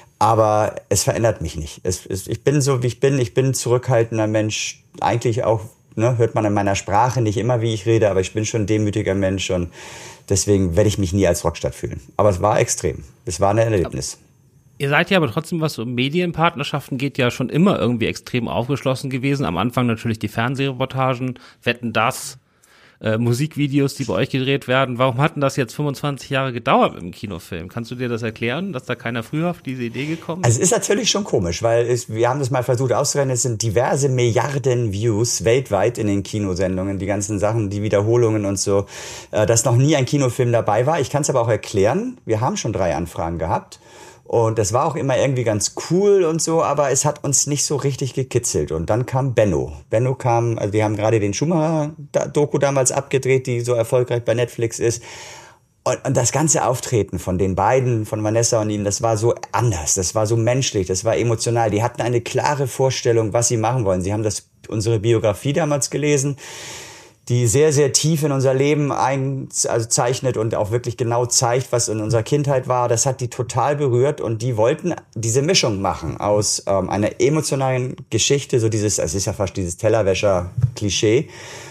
Aber es verändert mich nicht. Es, es, ich bin so, wie ich bin. Ich bin ein zurückhaltender Mensch. Eigentlich auch, ne, hört man in meiner Sprache nicht immer, wie ich rede, aber ich bin schon ein demütiger Mensch und deswegen werde ich mich nie als Rockstar fühlen. Aber es war extrem. Es war ein Erlebnis. Ihr seid ja aber trotzdem, was so Medienpartnerschaften geht, ja schon immer irgendwie extrem aufgeschlossen gewesen. Am Anfang natürlich die Fernsehreportagen, Wetten, das, äh, Musikvideos, die bei euch gedreht werden. Warum hat denn das jetzt fünfundzwanzig Jahre gedauert mit dem Kinofilm? Kannst du dir das erklären, dass da keiner früher auf diese Idee gekommen ist? Also es ist natürlich schon komisch, weil es, wir haben das mal versucht auszurechnen, es sind diverse Milliarden Views weltweit in den Kinosendungen, die ganzen Sachen, die Wiederholungen und so, äh, dass noch nie ein Kinofilm dabei war. Ich kann es aber auch erklären, wir haben schon drei Anfragen gehabt. Und das war auch immer irgendwie ganz cool und so, aber es hat uns nicht so richtig gekitzelt. Und dann kam Benno. Benno kam, also die haben gerade den Schumacher-Doku damals abgedreht, die so erfolgreich bei Netflix ist. Und, und das ganze Auftreten von den beiden, von Vanessa und ihm, das war so anders, das war so menschlich, das war emotional. Die hatten eine klare Vorstellung, was sie machen wollen. Sie haben das unsere Biografie damals gelesen, die sehr, sehr tief in unser Leben ein, also zeichnet und auch wirklich genau zeigt, was in unserer Kindheit war. Das hat die total berührt und die wollten diese Mischung machen aus ähm, einer emotionalen Geschichte, so dieses, es ist ja fast dieses Tellerwäscher-Klischee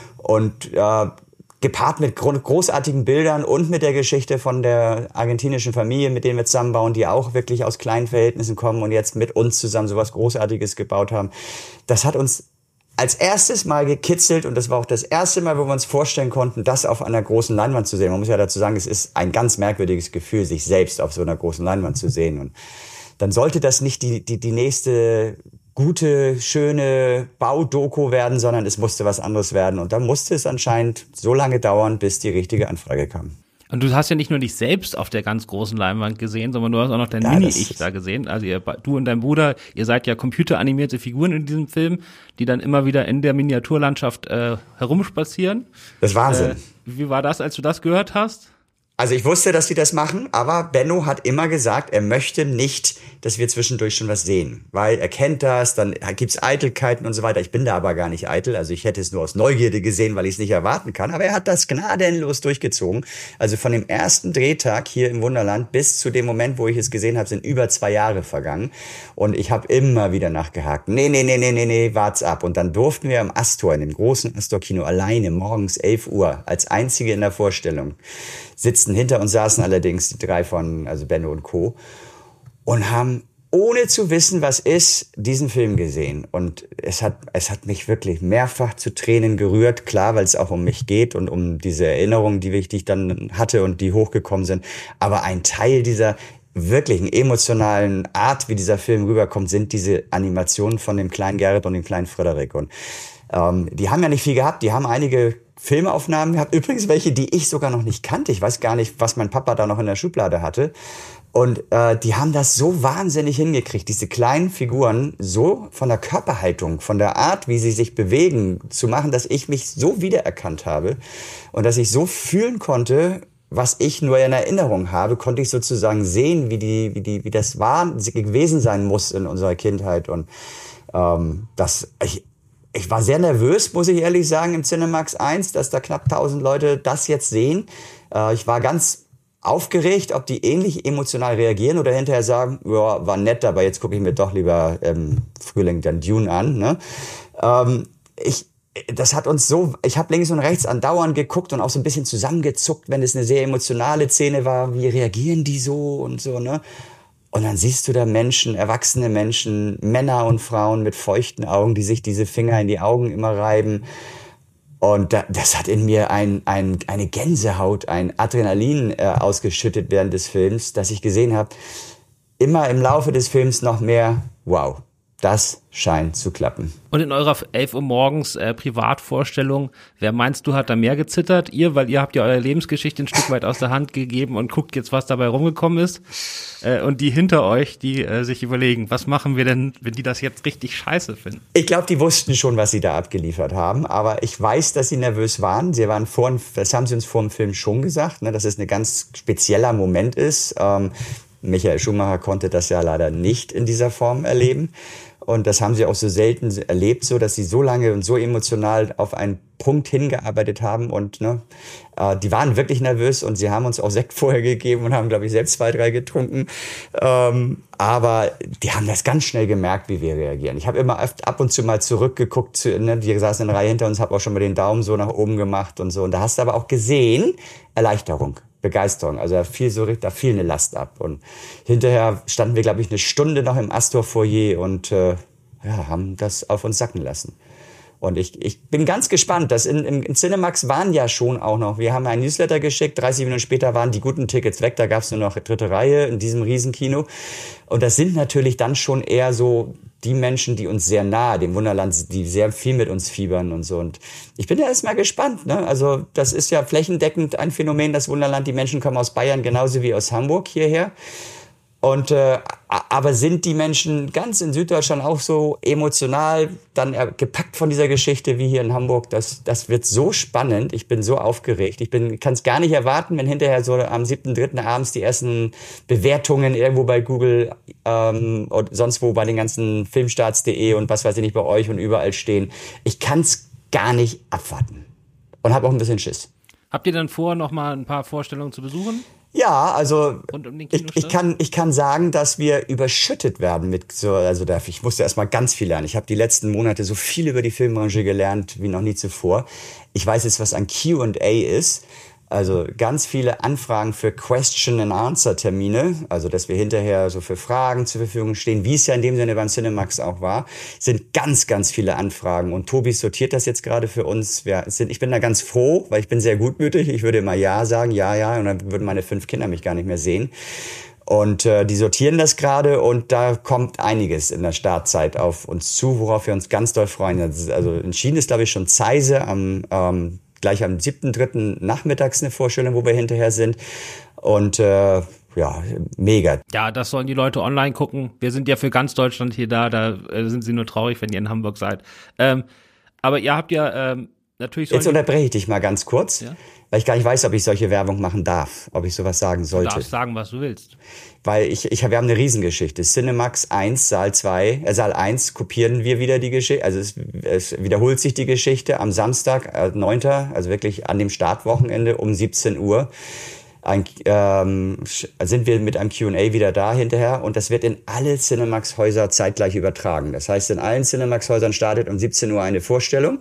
und äh, gepaart mit großartigen Bildern und mit der Geschichte von der argentinischen Familie, mit denen wir zusammenbauen, die auch wirklich aus kleinen Verhältnissen kommen und jetzt mit uns zusammen sowas Großartiges gebaut haben. Das hat uns als erstes Mal gekitzelt und das war auch das erste Mal, wo wir uns vorstellen konnten, das auf einer großen Leinwand zu sehen. Man muss ja dazu sagen, es ist ein ganz merkwürdiges Gefühl, sich selbst auf so einer großen Leinwand zu sehen. Und dann sollte das nicht die, die, die nächste gute, schöne Baudoku werden, sondern es musste was anderes werden. Und dann musste es anscheinend so lange dauern, bis die richtige Anfrage kam. Und du hast ja nicht nur dich selbst auf der ganz großen Leinwand gesehen, sondern du hast auch noch dein Ja, Mini-Ich da gesehen. Also ihr, du und dein Bruder, ihr seid ja computeranimierte Figuren in diesem Film, die dann immer wieder in der Miniaturlandschaft äh, herumspazieren. Das ist Wahnsinn. Äh, wie war das, als du das gehört hast? Also ich wusste, dass die das machen, aber Benno hat immer gesagt, er möchte nicht, dass wir zwischendurch schon was sehen, weil er kennt das, dann gibt's Eitelkeiten und so weiter. Ich bin da aber gar nicht eitel, also ich hätte es nur aus Neugierde gesehen, weil ich es nicht erwarten kann, aber er hat das gnadenlos durchgezogen. Also von dem ersten Drehtag hier im Wunderland bis zu dem Moment, wo ich es gesehen habe, sind über zwei Jahre vergangen und ich habe immer wieder nachgehakt. Nee, nee, nee, nee, nee, nee, wart's ab. Und dann durften wir im Astor, in dem großen Astor-Kino, alleine morgens elf Uhr als einzige in der Vorstellung sitzen. Hinter uns saßen allerdings die drei von, also Benno und Co. und haben, ohne zu wissen, was ist, diesen Film gesehen. Und es hat, es hat mich wirklich mehrfach zu Tränen gerührt. Klar, weil es auch um mich geht und um diese Erinnerungen, die ich, die ich dann hatte und die hochgekommen sind. Aber ein Teil dieser wirklichen emotionalen Art, wie dieser Film rüberkommt, sind diese Animationen von dem kleinen Gerrit und dem kleinen Frederik. Und ähm, die haben ja nicht viel gehabt. Die haben einige Filmaufnahmen gehabt. Übrigens welche, die ich sogar noch nicht kannte. Ich weiß gar nicht, was mein Papa da noch in der Schublade hatte. Und äh, die haben das so wahnsinnig hingekriegt, diese kleinen Figuren so von der Körperhaltung, von der Art, wie sie sich bewegen, zu machen, dass ich mich so wiedererkannt habe und dass ich so fühlen konnte, was ich nur in Erinnerung habe, konnte ich sozusagen sehen, wie die, wie die, wie das war, gewesen sein muss in unserer Kindheit. Und ähm, das ich, Ich war sehr nervös, muss ich ehrlich sagen, im Cinemax eins, dass da knapp tausend Leute das jetzt sehen. Äh, ich war ganz aufgeregt, ob die ähnlich emotional reagieren oder hinterher sagen, ja, war nett, aber jetzt gucke ich mir doch lieber ähm, Frühling dann Dune an. Ne? Ähm, ich, das hat uns so, ich habe links und rechts andauernd geguckt und auch so ein bisschen zusammengezuckt, wenn es eine sehr emotionale Szene war. Wie reagieren die so und so, ne? Und dann siehst du da Menschen, erwachsene Menschen, Männer und Frauen mit feuchten Augen, die sich diese Finger in die Augen immer reiben. Und da, das hat in mir ein, ein, eine Gänsehaut, ein Adrenalin äh, ausgeschüttet während des Films, dass ich gesehen habe, immer im Laufe des Films noch mehr, wow, das scheint zu klappen. Und in eurer elf Uhr morgens äh, Privatvorstellung, wer meinst du, hat da mehr gezittert? Ihr, weil ihr habt ja eure Lebensgeschichte ein Stück weit aus der Hand gegeben und guckt jetzt, was dabei rumgekommen ist. Äh, und die hinter euch, die äh, sich überlegen, was machen wir denn, wenn die das jetzt richtig scheiße finden? Ich glaube, die wussten schon, was sie da abgeliefert haben. Aber ich weiß, dass sie nervös waren. Sie waren vor, das haben sie uns vor dem Film schon gesagt, ne, dass es ein ganz spezieller Moment ist. Ähm, Michael Schumacher konnte das ja leider nicht in dieser Form erleben. Und das haben sie auch so selten erlebt, so dass sie so lange und so emotional auf einen Punkt hingearbeitet haben. Und ne, äh, die waren wirklich nervös und sie haben uns auch Sekt vorher gegeben und haben, glaube ich, selbst zwei, drei getrunken. Ähm, aber die haben das ganz schnell gemerkt, wie wir reagieren. Ich habe immer öfter ab und zu mal zurückgeguckt, zu, ne, die saßen in der Reihe hinter uns, habe auch schon mal den Daumen so nach oben gemacht und so. Und da hast du aber auch gesehen, Erleichterung. Begeisterung, also da fiel so da fiel eine Last ab und hinterher standen wir, glaube ich, eine Stunde noch im Astor-Foyer und äh, ja, haben das auf uns sacken lassen. Und ich, ich bin ganz gespannt, dass in, im, in Cinemax waren ja schon auch noch, wir haben ein Newsletter geschickt, dreißig Minuten später waren die guten Tickets weg, da gab es nur noch dritte Reihe in diesem Riesenkino. Und das sind natürlich dann schon eher so die Menschen, die uns sehr nahe, dem Wunderland, die sehr viel mit uns fiebern und so. Und ich bin ja erstmal gespannt, ne? Also das ist ja flächendeckend ein Phänomen, das Wunderland. Die Menschen kommen aus Bayern genauso wie aus Hamburg hierher. Und äh, aber sind die Menschen ganz in Süddeutschland auch so emotional dann gepackt von dieser Geschichte wie hier in Hamburg? Das das wird so spannend. Ich bin so aufgeregt. Ich bin kann es gar nicht erwarten, wenn hinterher so am siebten dritten abends die ersten Bewertungen irgendwo bei Google ähm, und sonst wo bei den ganzen Filmstarts punkt de und was weiß ich nicht bei euch und überall stehen. Ich kann es gar nicht abwarten und habe auch ein bisschen Schiss. Habt ihr dann vor, noch mal ein paar Vorstellungen zu besuchen? Ja, also um ich, ich kann ich kann sagen, dass wir überschüttet werden mit so, also da, ich musste erstmal ganz viel lernen. Ich habe die letzten Monate so viel über die Filmbranche gelernt wie noch nie zuvor. Ich weiß jetzt, was ein Q and A ist. Also ganz viele Anfragen für Question-and-Answer-Termine, also dass wir hinterher so für Fragen zur Verfügung stehen, wie es ja in dem Sinne beim Cinemax auch war, sind ganz, ganz viele Anfragen. Und Tobi sortiert das jetzt gerade für uns. Wir sind, ich bin da ganz froh, weil ich bin sehr gutmütig. Ich würde immer Ja sagen, ja, ja, und dann würden meine fünf Kinder mich gar nicht mehr sehen. Und äh, die sortieren das gerade und da kommt einiges in der Startzeit auf uns zu, worauf wir uns ganz doll freuen. Also entschieden ist, glaube ich, schon Zeise am ähm, gleich am siebten dritten nachmittags eine Vorstellung, wo wir hinterher sind. Und äh, ja, mega. Ja, das sollen die Leute online gucken. Wir sind ja für ganz Deutschland hier da. Da äh, sind sie nur traurig, wenn ihr in Hamburg seid. Ähm, aber ihr habt ja ähm, natürlich Jetzt unterbreche ich dich mal ganz kurz, ja? weil ich gar nicht weiß, ob ich solche Werbung machen darf, ob ich sowas sagen sollte. Du darfst sagen, was du willst. Weil ich, ich, wir haben eine Riesengeschichte. Cinemax eins, Saal zwei, äh, Saal eins kopieren wir wieder die Geschichte, also es, es wiederholt sich die Geschichte am Samstag, äh, neunten also wirklich an dem Startwochenende um siebzehn Uhr. Ein, ähm, sind wir mit einem Q und A wieder da hinterher und das wird in alle Cinemax-Häuser zeitgleich übertragen. Das heißt, in allen Cinemax-Häusern startet um siebzehn Uhr eine Vorstellung.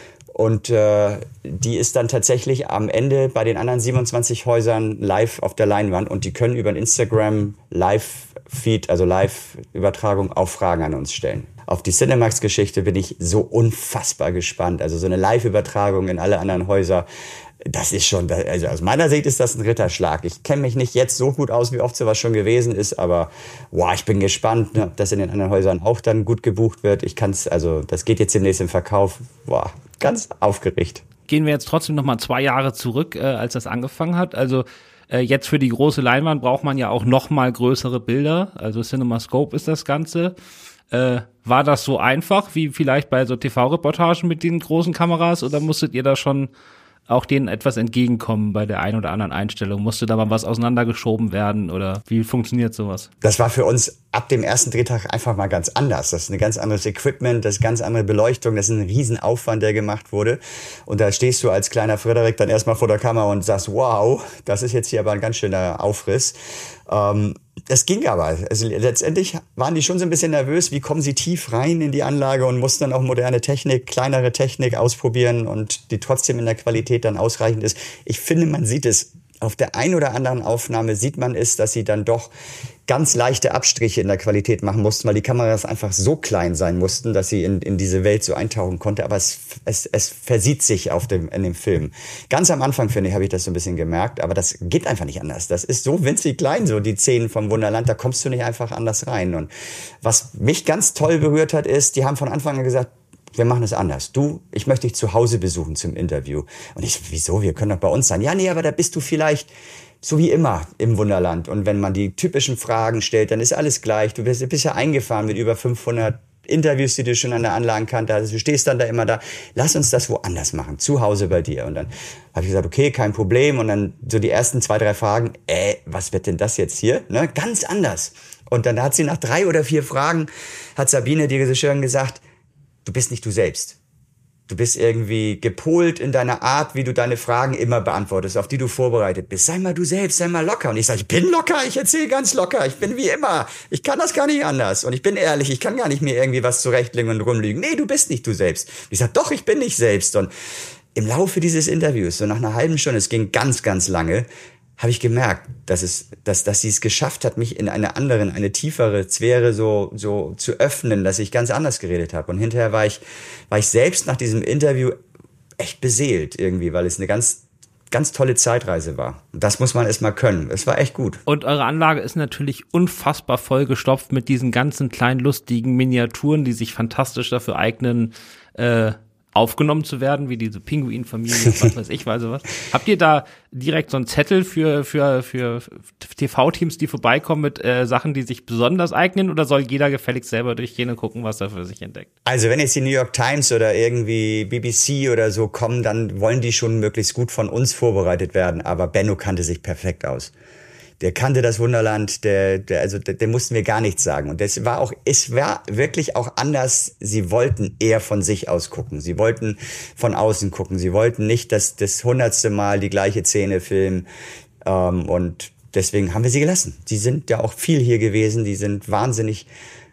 Und äh, die ist dann tatsächlich am Ende bei den anderen siebenundzwanzig Häusern live auf der Leinwand und die können über ein Instagram Live-Feed, also Live-Übertragung, auch Fragen an uns stellen. Auf die Cinemax-Geschichte bin ich so unfassbar gespannt. Also so eine Live-Übertragung in alle anderen Häuser, das ist schon, also aus meiner Sicht ist das ein Ritterschlag. Ich kenne mich nicht jetzt so gut aus, wie oft sowas schon gewesen ist, aber wow, ich bin gespannt, ob das in den anderen Häusern auch dann gut gebucht wird. Ich kann's, also das geht jetzt demnächst im Verkauf. Wow, ganz aufgeregt. Gehen wir jetzt trotzdem noch mal zwei Jahre zurück, äh, als das angefangen hat. Also äh, jetzt für die große Leinwand braucht man ja auch noch mal größere Bilder. Also CinemaScope ist das Ganze. Äh, war das so einfach wie vielleicht bei so T V-Reportagen mit den großen Kameras oder musstet ihr da schon auch denen etwas entgegenkommen bei der einen oder anderen Einstellung? Musste da mal was auseinandergeschoben werden oder wie funktioniert sowas? Das war für uns ab dem ersten Drehtag einfach mal ganz anders. Das ist ein ganz anderes Equipment, das ist ganz andere Beleuchtung, das ist ein Riesenaufwand, der gemacht wurde. Und da stehst du als kleiner Frederik dann erstmal vor der Kamera und sagst, wow, das ist jetzt hier aber ein ganz schöner Aufriss. Ähm, Es ging aber. Also letztendlich waren die schon so ein bisschen nervös, wie kommen sie tief rein in die Anlage und mussten dann auch moderne Technik, kleinere Technik ausprobieren und die trotzdem in der Qualität dann ausreichend ist. Ich finde, man sieht es auf der ein oder anderen Aufnahme, sieht man es, dass sie dann doch ganz leichte Abstriche in der Qualität machen mussten, weil die Kameras einfach so klein sein mussten, dass sie in, in diese Welt so eintauchen konnte. Aber es, es, es versieht sich auf dem, in dem Film. Ganz am Anfang, finde ich, habe ich das so ein bisschen gemerkt. Aber das geht einfach nicht anders. Das ist so winzig klein, so die Szenen vom Wunderland. Da kommst du nicht einfach anders rein. Und was mich ganz toll berührt hat, ist, die haben von Anfang an gesagt, wir machen es anders. Du, ich möchte dich zu Hause besuchen zum Interview. Und ich, wieso? Wir können doch bei uns sein. Ja, nee, aber da bist du vielleicht so wie immer im Wunderland. Und wenn man die typischen Fragen stellt, dann ist alles gleich. Du bist, bist ja eingefahren mit über fünfhundert Interviews, die du schon an der Anlagenkante hast. Du stehst dann da immer da. Lass uns das woanders machen, zu Hause bei dir. Und dann habe ich gesagt, okay, kein Problem. Und dann so die ersten zwei, drei Fragen. Äh, was wird denn das jetzt hier? Ne? Ganz anders. Und dann hat sie nach drei oder vier Fragen, hat Sabine, die Regisseurin, gesagt, du bist nicht du selbst. Du bist irgendwie gepolt in deiner Art, wie du deine Fragen immer beantwortest, auf die du vorbereitet bist. Sei mal du selbst, sei mal locker. Und ich sage, ich bin locker, ich erzähle ganz locker. Ich bin wie immer. Ich kann das gar nicht anders. Und ich bin ehrlich, ich kann gar nicht mir irgendwie was zurechtlegen und rumlügen. Nee, du bist nicht du selbst. Und ich sage, doch, ich bin nicht selbst. Und im Laufe dieses Interviews, so nach einer halben Stunde, es ging ganz, ganz lange, habe ich gemerkt, dass es, dass, dass sie es geschafft hat, mich in eine andere, eine tiefere Sphäre so, so zu öffnen, dass ich ganz anders geredet habe. Und hinterher war ich, war ich selbst nach diesem Interview echt beseelt irgendwie, weil es eine ganz, ganz tolle Zeitreise war. Und das muss man erst mal können. Es war echt gut. Und eure Anlage ist natürlich unfassbar vollgestopft mit diesen ganzen kleinen, lustigen Miniaturen, die sich fantastisch dafür eignen, äh, aufgenommen zu werden, wie diese Pinguinfamilie, was weiß ich, weiß was. Habt ihr da direkt so einen Zettel für für für T V-Teams, die vorbeikommen mit äh, Sachen, die sich besonders eignen, oder soll jeder gefälligst selber durchgehen und gucken, was er für sich entdeckt? Also wenn jetzt die New York Times oder irgendwie B B C oder so kommen, dann wollen die schon möglichst gut von uns vorbereitet werden, aber Benno kannte sich perfekt aus. Der kannte das Wunderland, der, der, also, der, der mussten wir gar nichts sagen. Und das war auch, es war wirklich auch anders. Sie wollten eher von sich aus gucken. Sie wollten von außen gucken. Sie wollten nicht das, das hundertste Mal die gleiche Szene filmen. Ähm, und deswegen haben wir sie gelassen. Sie sind ja auch viel hier gewesen. Die sind wahnsinnig.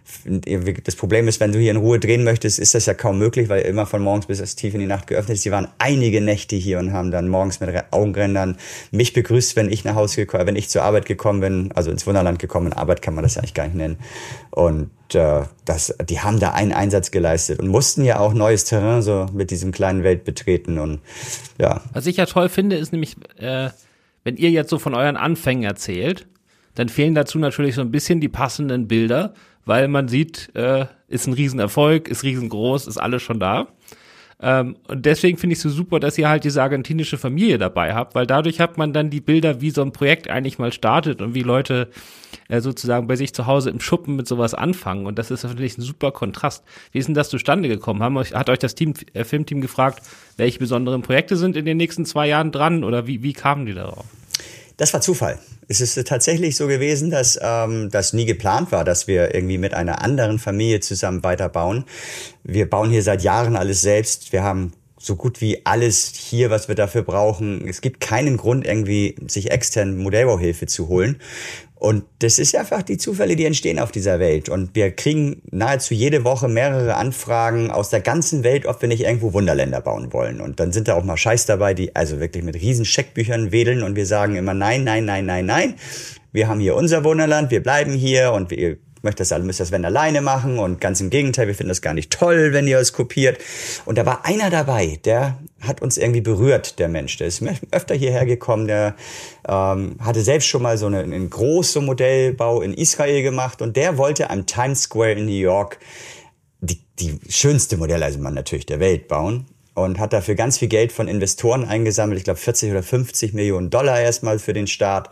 Das Problem ist, wenn du hier in Ruhe drehen möchtest, ist das ja kaum möglich, weil immer von morgens bis tief in die Nacht geöffnet ist. Sie waren einige Nächte hier und haben dann morgens mit Augenrändern mich begrüßt, wenn ich nach Hause gekommen, wenn ich zur Arbeit gekommen bin, also ins Wunderland gekommen bin. Arbeit kann man das ja eigentlich gar nicht nennen. Und äh, das, die haben da einen Einsatz geleistet und mussten ja auch neues Terrain so mit diesem kleinen Welt betreten. Und ja. Was ich ja toll finde, ist nämlich, äh, wenn ihr jetzt so von euren Anfängen erzählt, dann fehlen dazu natürlich so ein bisschen die passenden Bilder, weil man sieht, äh, ist ein Riesenerfolg, ist riesengroß, ist alles schon da. Ähm, und deswegen finde ich es so super, dass ihr halt diese argentinische Familie dabei habt, weil dadurch hat man dann die Bilder, wie so ein Projekt eigentlich mal startet und wie Leute äh, sozusagen bei sich zu Hause im Schuppen mit sowas anfangen. Und das ist natürlich ein super Kontrast. Wie ist denn das zustande gekommen? Haben euch, hat euch das Team, äh, Filmteam gefragt, welche besonderen Projekte sind in den nächsten zwei Jahren dran oder wie, wie kamen die darauf? Das war Zufall. Es ist tatsächlich so gewesen, dass ähm, das nie geplant war, dass wir irgendwie mit einer anderen Familie zusammen weiterbauen. Wir bauen hier seit Jahren alles selbst. Wir haben so gut wie alles hier, was wir dafür brauchen. Es gibt keinen Grund, irgendwie sich extern Modellbauhilfe zu holen. Und das ist einfach die Zufälle, die entstehen auf dieser Welt. Und wir kriegen nahezu jede Woche mehrere Anfragen aus der ganzen Welt, ob wir nicht irgendwo Wunderländer bauen wollen. Und dann sind da auch mal Scheiß dabei, die also wirklich mit riesen Scheckbüchern wedeln. Und wir sagen immer nein, nein, nein, nein, nein. Wir haben hier unser Wunderland, wir bleiben hier und wir möchtet das, müsst das wenn alleine machen. Und ganz im Gegenteil, wir finden das gar nicht toll, wenn ihr es kopiert. Und da war einer dabei, der hat uns irgendwie berührt, der Mensch. Der ist öfter hierher gekommen, der ähm, hatte selbst schon mal so eine, einen großen Modellbau in Israel gemacht und der wollte am Times Square in New York die, die schönste Modelleisenbahn natürlich der Welt bauen und hat dafür ganz viel Geld von Investoren eingesammelt, ich glaube vierzig oder fünfzig Millionen Dollar erstmal für den Start.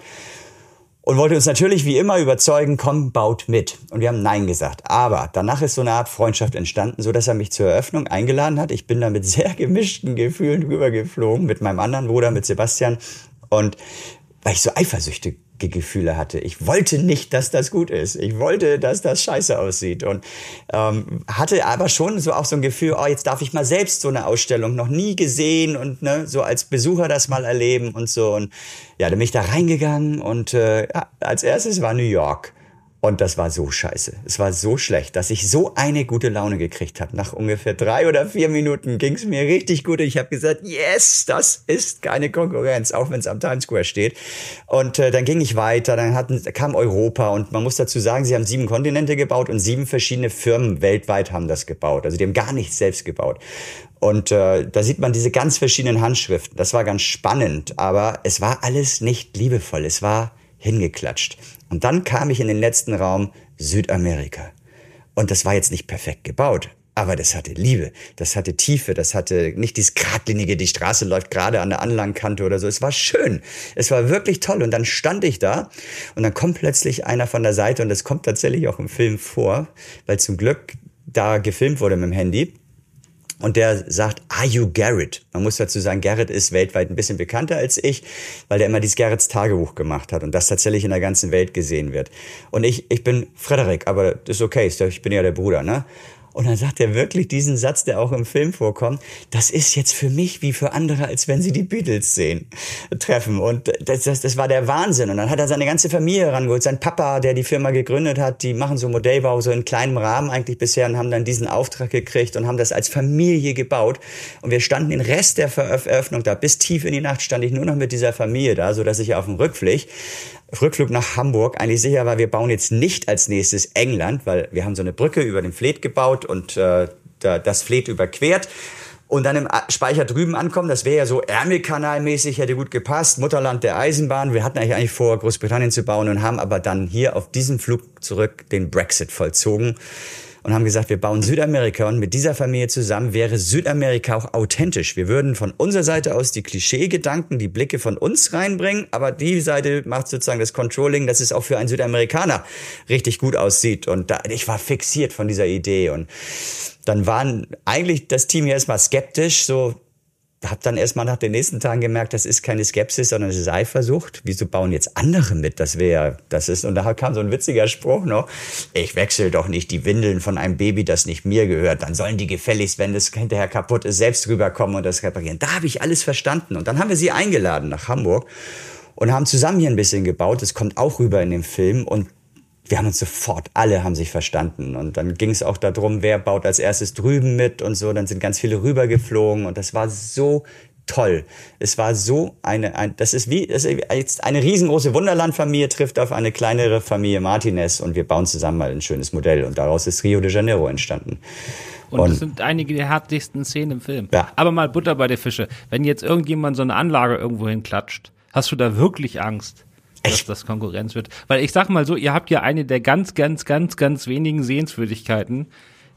Und wollte uns natürlich wie immer überzeugen, komm, baut mit. Und wir haben Nein gesagt. Aber danach ist so eine Art Freundschaft entstanden, so dass er mich zur Eröffnung eingeladen hat. Ich bin da mit sehr gemischten Gefühlen rübergeflogen, mit meinem anderen Bruder, mit Sebastian. Und weil ich so eifersüchtige Gefühle hatte. Ich wollte nicht, dass das gut ist. Ich wollte, dass das scheiße aussieht. Und ähm, hatte aber schon so auch so ein Gefühl, oh, jetzt darf ich mal selbst so eine Ausstellung noch nie gesehen und ne, so als Besucher das mal erleben und so. Und ja, dann bin ich da reingegangen und äh, ja, als erstes war New York. Und das war so scheiße. Es war so schlecht, dass ich so eine gute Laune gekriegt habe. Nach ungefähr drei oder vier Minuten ging es mir richtig gut. Ich habe gesagt, yes, das ist keine Konkurrenz, auch wenn es am Times Square steht. Und äh, dann ging ich weiter, dann hatten, kam Europa. Und man muss dazu sagen, sie haben sieben Kontinente gebaut und sieben verschiedene Firmen weltweit haben das gebaut. Also die haben gar nichts selbst gebaut. Und äh, da sieht man diese ganz verschiedenen Handschriften. Das war ganz spannend, aber es war alles nicht liebevoll. Es war hingeklatscht. Und dann kam ich in den letzten Raum Südamerika. Und das war jetzt nicht perfekt gebaut, aber das hatte Liebe, das hatte Tiefe, das hatte nicht dieses geradlinige, die Straße läuft gerade an der Anlangkante oder so. Es war schön, es war wirklich toll. Und dann stand ich da und dann kommt plötzlich einer von der Seite und das kommt tatsächlich auch im Film vor, weil zum Glück da gefilmt wurde mit dem Handy. Und der sagt, are you Garrett? Man muss dazu sagen, Garrett ist weltweit ein bisschen bekannter als ich, weil der immer dieses Garretts Tagebuch gemacht hat und das tatsächlich in der ganzen Welt gesehen wird. Und ich, ich bin Frederik, aber das ist okay, ich bin ja der Bruder, ne? Und dann sagt er wirklich diesen Satz, der auch im Film vorkommt, das ist jetzt für mich wie für andere, als wenn sie die Beatles sehen, treffen. Und das, das, das war der Wahnsinn. Und dann hat er seine ganze Familie herangeholt. Sein Papa, der die Firma gegründet hat, die machen so Modellbau, so in kleinem Rahmen eigentlich bisher und haben dann diesen Auftrag gekriegt und haben das als Familie gebaut. Und wir standen den Rest der Eröffnung da. Bis tief in die Nacht stand ich nur noch mit dieser Familie da, so dass ich auf dem Rückflug Rückflug nach Hamburg eigentlich sicher war, wir bauen jetzt nicht als nächstes England, weil wir haben so eine Brücke über den Fleet gebaut und äh, da, das Fleet überquert und dann im Speicher drüben ankommen. Das wäre ja so Ärmelkanalmäßig, hätte gut gepasst, Mutterland der Eisenbahn. Wir hatten eigentlich, eigentlich vor, Großbritannien zu bauen und haben aber dann hier auf diesem Flug zurück den Brexit vollzogen. Und haben gesagt, wir bauen Südamerika und mit dieser Familie zusammen wäre Südamerika auch authentisch. Wir würden von unserer Seite aus die Klischee-Gedanken, die Blicke von uns reinbringen, aber die Seite macht sozusagen das Controlling, dass es auch für einen Südamerikaner richtig gut aussieht. Und da, ich war fixiert von dieser Idee und dann waren eigentlich das Team hier erstmal skeptisch, so habe dann erstmal nach den nächsten Tagen gemerkt, das ist keine Skepsis, sondern es ist Eifersucht. Wieso bauen jetzt andere mit? Das wäre, das ist, und da kam so ein witziger Spruch noch. Ich wechsle doch nicht die Windeln von einem Baby, das nicht mir gehört. Dann sollen die gefälligst, wenn das hinterher kaputt ist, selbst rüberkommen und das reparieren. Da habe ich alles verstanden. Und dann haben wir sie eingeladen nach Hamburg und haben zusammen hier ein bisschen gebaut. Das kommt auch rüber in dem Film und wir haben uns sofort, alle haben sich verstanden. Und dann ging es auch darum, wer baut als erstes drüben mit und so. Dann sind ganz viele rübergeflogen und das war so toll. Es war so eine, ein, das ist wie, das ist jetzt eine riesengroße Wunderlandfamilie trifft auf eine kleinere Familie Martinez und wir bauen zusammen mal ein schönes Modell. Und daraus ist Rio de Janeiro entstanden. Und, und das sind einige der herzlichsten Szenen im Film. Ja. Aber mal Butter bei der Fische. Wenn jetzt irgendjemand so eine Anlage irgendwo hinklatscht, hast du da wirklich Angst, dass Echt? das Konkurrenz wird? Weil ich sag mal so, ihr habt ja eine der ganz, ganz, ganz, ganz wenigen Sehenswürdigkeiten,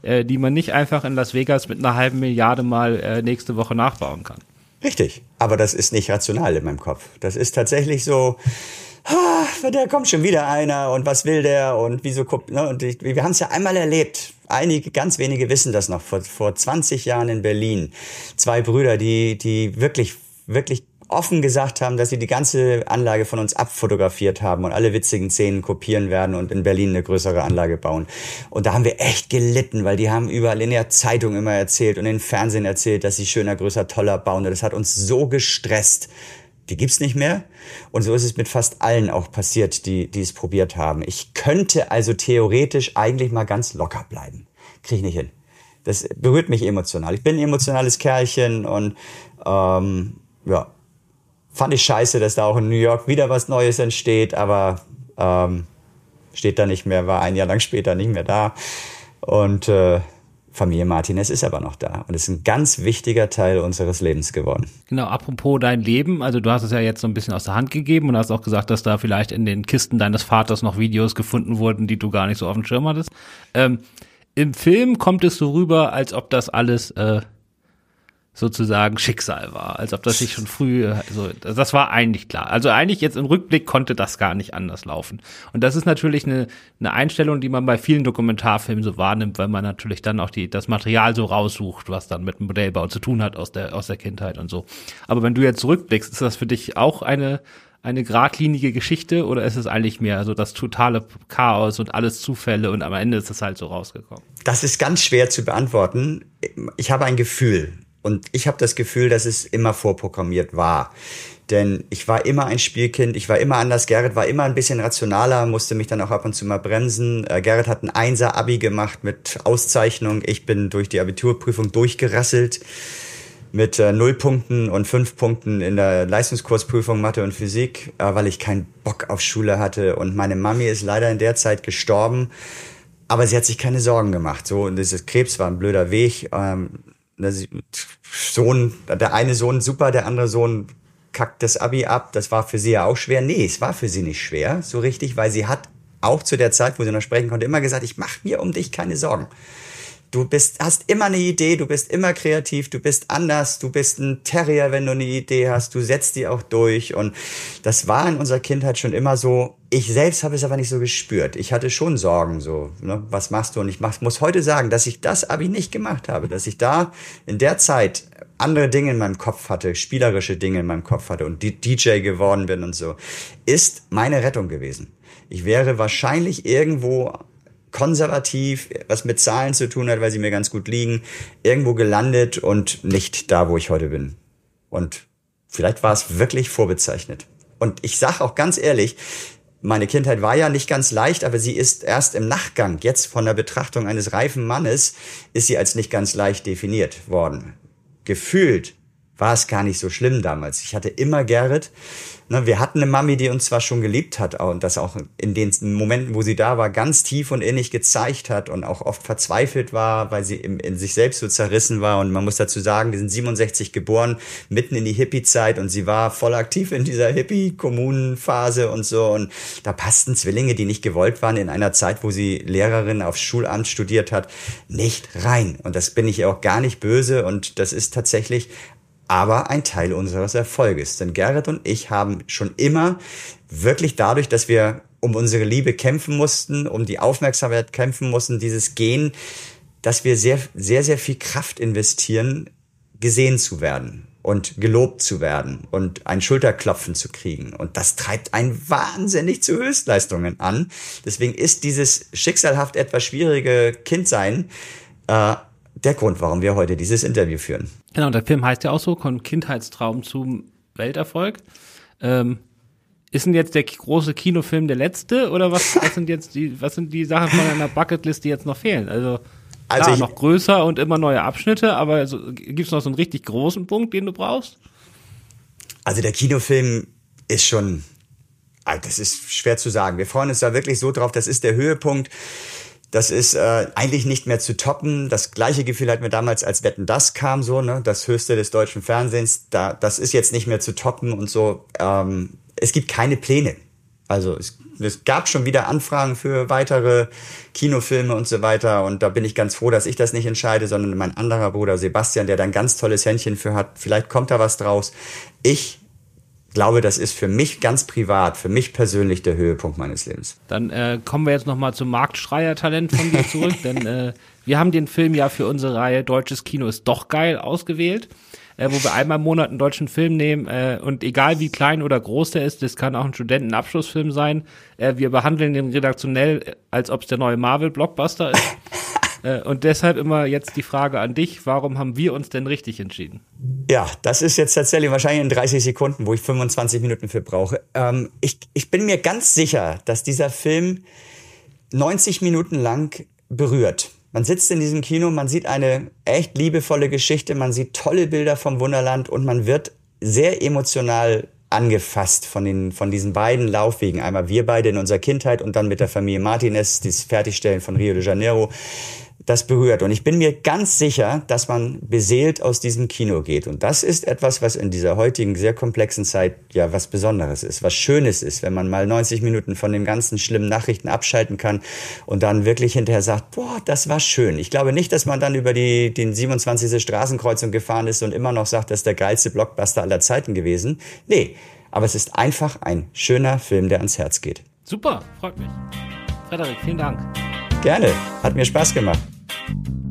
äh, die man nicht einfach in Las Vegas mit einer halben Milliarde mal äh, nächste Woche nachbauen kann. Richtig, aber das ist nicht rational in meinem Kopf. Das ist tatsächlich so, ah, da kommt schon wieder einer und was will der und wieso guckt, ne? Und ich, wir haben es ja einmal erlebt. Einige, ganz wenige wissen das noch. Vor, vor zwanzig Jahren in Berlin. Zwei Brüder, die, die wirklich, wirklich offen gesagt haben, dass sie die ganze Anlage von uns abfotografiert haben und alle witzigen Szenen kopieren werden und in Berlin eine größere Anlage bauen. Und da haben wir echt gelitten, weil die haben überall in der Zeitung immer erzählt und im Fernsehen erzählt, dass sie schöner, größer, toller bauen. Und das hat uns so gestresst. Die gibt's nicht mehr. Und so ist es mit fast allen auch passiert, die, die es probiert haben. Ich könnte also theoretisch eigentlich mal ganz locker bleiben. Krieg ich nicht hin. Das berührt mich emotional. Ich bin ein emotionales Kerlchen und ähm, ja, fand ich scheiße, dass da auch in New York wieder was Neues entsteht, aber ähm, steht da nicht mehr, war ein Jahr lang später nicht mehr da. Und äh, Familie Martinez ist aber noch da und ist ein ganz wichtiger Teil unseres Lebens geworden. Genau, apropos dein Leben, also du hast es ja jetzt so ein bisschen aus der Hand gegeben und hast auch gesagt, dass da vielleicht in den Kisten deines Vaters noch Videos gefunden wurden, die du gar nicht so auf dem Schirm hattest. Ähm, im Film kommt es so rüber, als ob das alles äh, sozusagen Schicksal war, als ob das sich schon früh, also das war eigentlich klar. Also eigentlich jetzt im Rückblick konnte das gar nicht anders laufen. Und das ist natürlich eine, eine Einstellung, die man bei vielen Dokumentarfilmen so wahrnimmt, weil man natürlich dann auch die, das Material so raussucht, was dann mit dem Modellbau zu tun hat aus der, aus der Kindheit und so. Aber wenn du jetzt zurückblickst, ist das für dich auch eine, eine geradlinige Geschichte oder ist es eigentlich mehr so das totale Chaos und alles Zufälle und am Ende ist es halt so rausgekommen? Das ist ganz schwer zu beantworten. Ich habe ein Gefühl. Und ich habe das Gefühl, dass es immer vorprogrammiert war. Denn ich war immer ein Spielkind, ich war immer anders. Gerrit war immer ein bisschen rationaler, musste mich dann auch ab und zu mal bremsen. Äh, Gerrit hat ein Einser-Abi gemacht mit Auszeichnung. Ich bin durch die Abiturprüfung durchgerasselt mit äh, null Punkten und fünf Punkten in der Leistungskursprüfung Mathe und Physik, äh, weil ich keinen Bock auf Schule hatte. Und meine Mami ist leider in der Zeit gestorben, aber sie hat sich keine Sorgen gemacht. So, und dieses Krebs war ein blöder Weg. Ähm, Sohn, der eine Sohn super, der andere Sohn kackt das Abi ab. Das war für sie ja auch schwer. Nee, es war für sie nicht schwer, so richtig, weil sie hat auch zu der Zeit, wo sie noch sprechen konnte, immer gesagt, ich mache mir um dich keine Sorgen. Du bist, hast immer eine Idee, du bist immer kreativ, du bist anders, du bist ein Terrier, wenn du eine Idee hast, du setzt die auch durch. Und das war in unserer Kindheit schon immer so. Ich selbst habe es aber nicht so gespürt. Ich hatte schon Sorgen, so, ne, was machst du? Und ich mach, muss heute sagen, dass ich das Abi nicht gemacht habe, dass ich da in der Zeit andere Dinge in meinem Kopf hatte, spielerische Dinge in meinem Kopf hatte und D J geworden bin und so, ist meine Rettung gewesen. Ich wäre wahrscheinlich irgendwo konservativ, was mit Zahlen zu tun hat, weil sie mir ganz gut liegen, irgendwo gelandet und nicht da, wo ich heute bin. Und vielleicht war es wirklich vorbezeichnet. Und ich sage auch ganz ehrlich, meine Kindheit war ja nicht ganz leicht, aber sie ist erst im Nachgang, jetzt von der Betrachtung eines reifen Mannes, ist sie als nicht ganz leicht definiert worden. Gefühlt war es gar nicht so schlimm damals. Ich hatte immer Gerrit. Wir hatten eine Mami, die uns zwar schon geliebt hat und das auch in den Momenten, wo sie da war, ganz tief und innig gezeigt hat und auch oft verzweifelt war, weil sie in, in sich selbst so zerrissen war. Und man muss dazu sagen, wir sind siebenundsechzig geboren, mitten in die Hippie-Zeit und sie war voll aktiv in dieser Hippie-Kommunenphase und so. Und da passten Zwillinge, die nicht gewollt waren, in einer Zeit, wo sie Lehrerin aufs Schulamt studiert hat, nicht rein. Und das bin ich ihr auch gar nicht böse und das ist tatsächlich aber ein Teil unseres Erfolges. Denn Gerrit und ich haben schon immer wirklich dadurch, dass wir um unsere Liebe kämpfen mussten, um die Aufmerksamkeit kämpfen mussten, dieses Gen, dass wir sehr, sehr, sehr viel Kraft investieren, gesehen zu werden und gelobt zu werden und ein Schulterklopfen zu kriegen. Und das treibt einen wahnsinnig zu Höchstleistungen an. Deswegen ist dieses schicksalhaft etwas schwierige Kindsein äh, der Grund, warum wir heute dieses Interview führen. Genau, der Film heißt ja auch so, von Kindheitstraum zum Welterfolg. Ähm, ist denn jetzt der große Kinofilm der letzte oder was, was sind jetzt die, was sind die Sachen von einer Bucketlist, die jetzt noch fehlen? Also, klar, also ich, noch größer und immer neue Abschnitte, aber so, gibt's noch so einen richtig großen Punkt, den du brauchst? Also der Kinofilm ist schon, das ist schwer zu sagen. Wir freuen uns da wirklich so drauf, das ist der Höhepunkt. Das ist äh, eigentlich nicht mehr zu toppen. Das gleiche Gefühl hatten wir damals, als Wetten, das kam, so, ne, das Höchste des deutschen Fernsehens. Da, das ist jetzt nicht mehr zu toppen und so. Ähm, es gibt keine Pläne. Also es, es gab schon wieder Anfragen für weitere Kinofilme und so weiter. Und da bin ich ganz froh, dass ich das nicht entscheide, sondern mein anderer Bruder Sebastian, der da ein ganz tolles Händchen für hat. Vielleicht kommt da was draus. Ich glaube, das ist für mich ganz privat, für mich persönlich der Höhepunkt meines Lebens. Dann äh, kommen wir jetzt nochmal zum Marktschreier-Talent von dir zurück, denn äh, wir haben den Film ja für unsere Reihe Deutsches Kino ist doch geil ausgewählt, äh, wo wir einmal im Monat einen deutschen Film nehmen äh, und egal wie klein oder groß der ist, das kann auch ein Studentenabschlussfilm sein, äh, wir behandeln den redaktionell, als ob es der neue Marvel-Blockbuster ist. Und deshalb immer jetzt die Frage an dich, warum haben wir uns denn richtig entschieden? Ja, das ist jetzt tatsächlich wahrscheinlich in dreißig Sekunden, wo ich fünfundzwanzig Minuten für brauche. Ähm, ich, ich bin mir ganz sicher, dass dieser Film neunzig Minuten lang berührt. Man sitzt in diesem Kino, man sieht eine echt liebevolle Geschichte, man sieht tolle Bilder vom Wunderland und man wird sehr emotional angefasst von den, von diesen beiden Laufwegen. Einmal wir beide in unserer Kindheit und dann mit der Familie Martinez, das Fertigstellen von Rio de Janeiro. Das berührt. Und ich bin mir ganz sicher, dass man beseelt aus diesem Kino geht. Und das ist etwas, was in dieser heutigen sehr komplexen Zeit ja was Besonderes ist, was Schönes ist, wenn man mal neunzig Minuten von den ganzen schlimmen Nachrichten abschalten kann und dann wirklich hinterher sagt, boah, das war schön. Ich glaube nicht, dass man dann über die den siebenundzwanzigste Straßenkreuzung gefahren ist und immer noch sagt, das ist der geilste Blockbuster aller Zeiten gewesen. Nee, aber es ist einfach ein schöner Film, der ans Herz geht. Super, freut mich. Frederik, vielen Dank. Gerne, hat mir Spaß gemacht.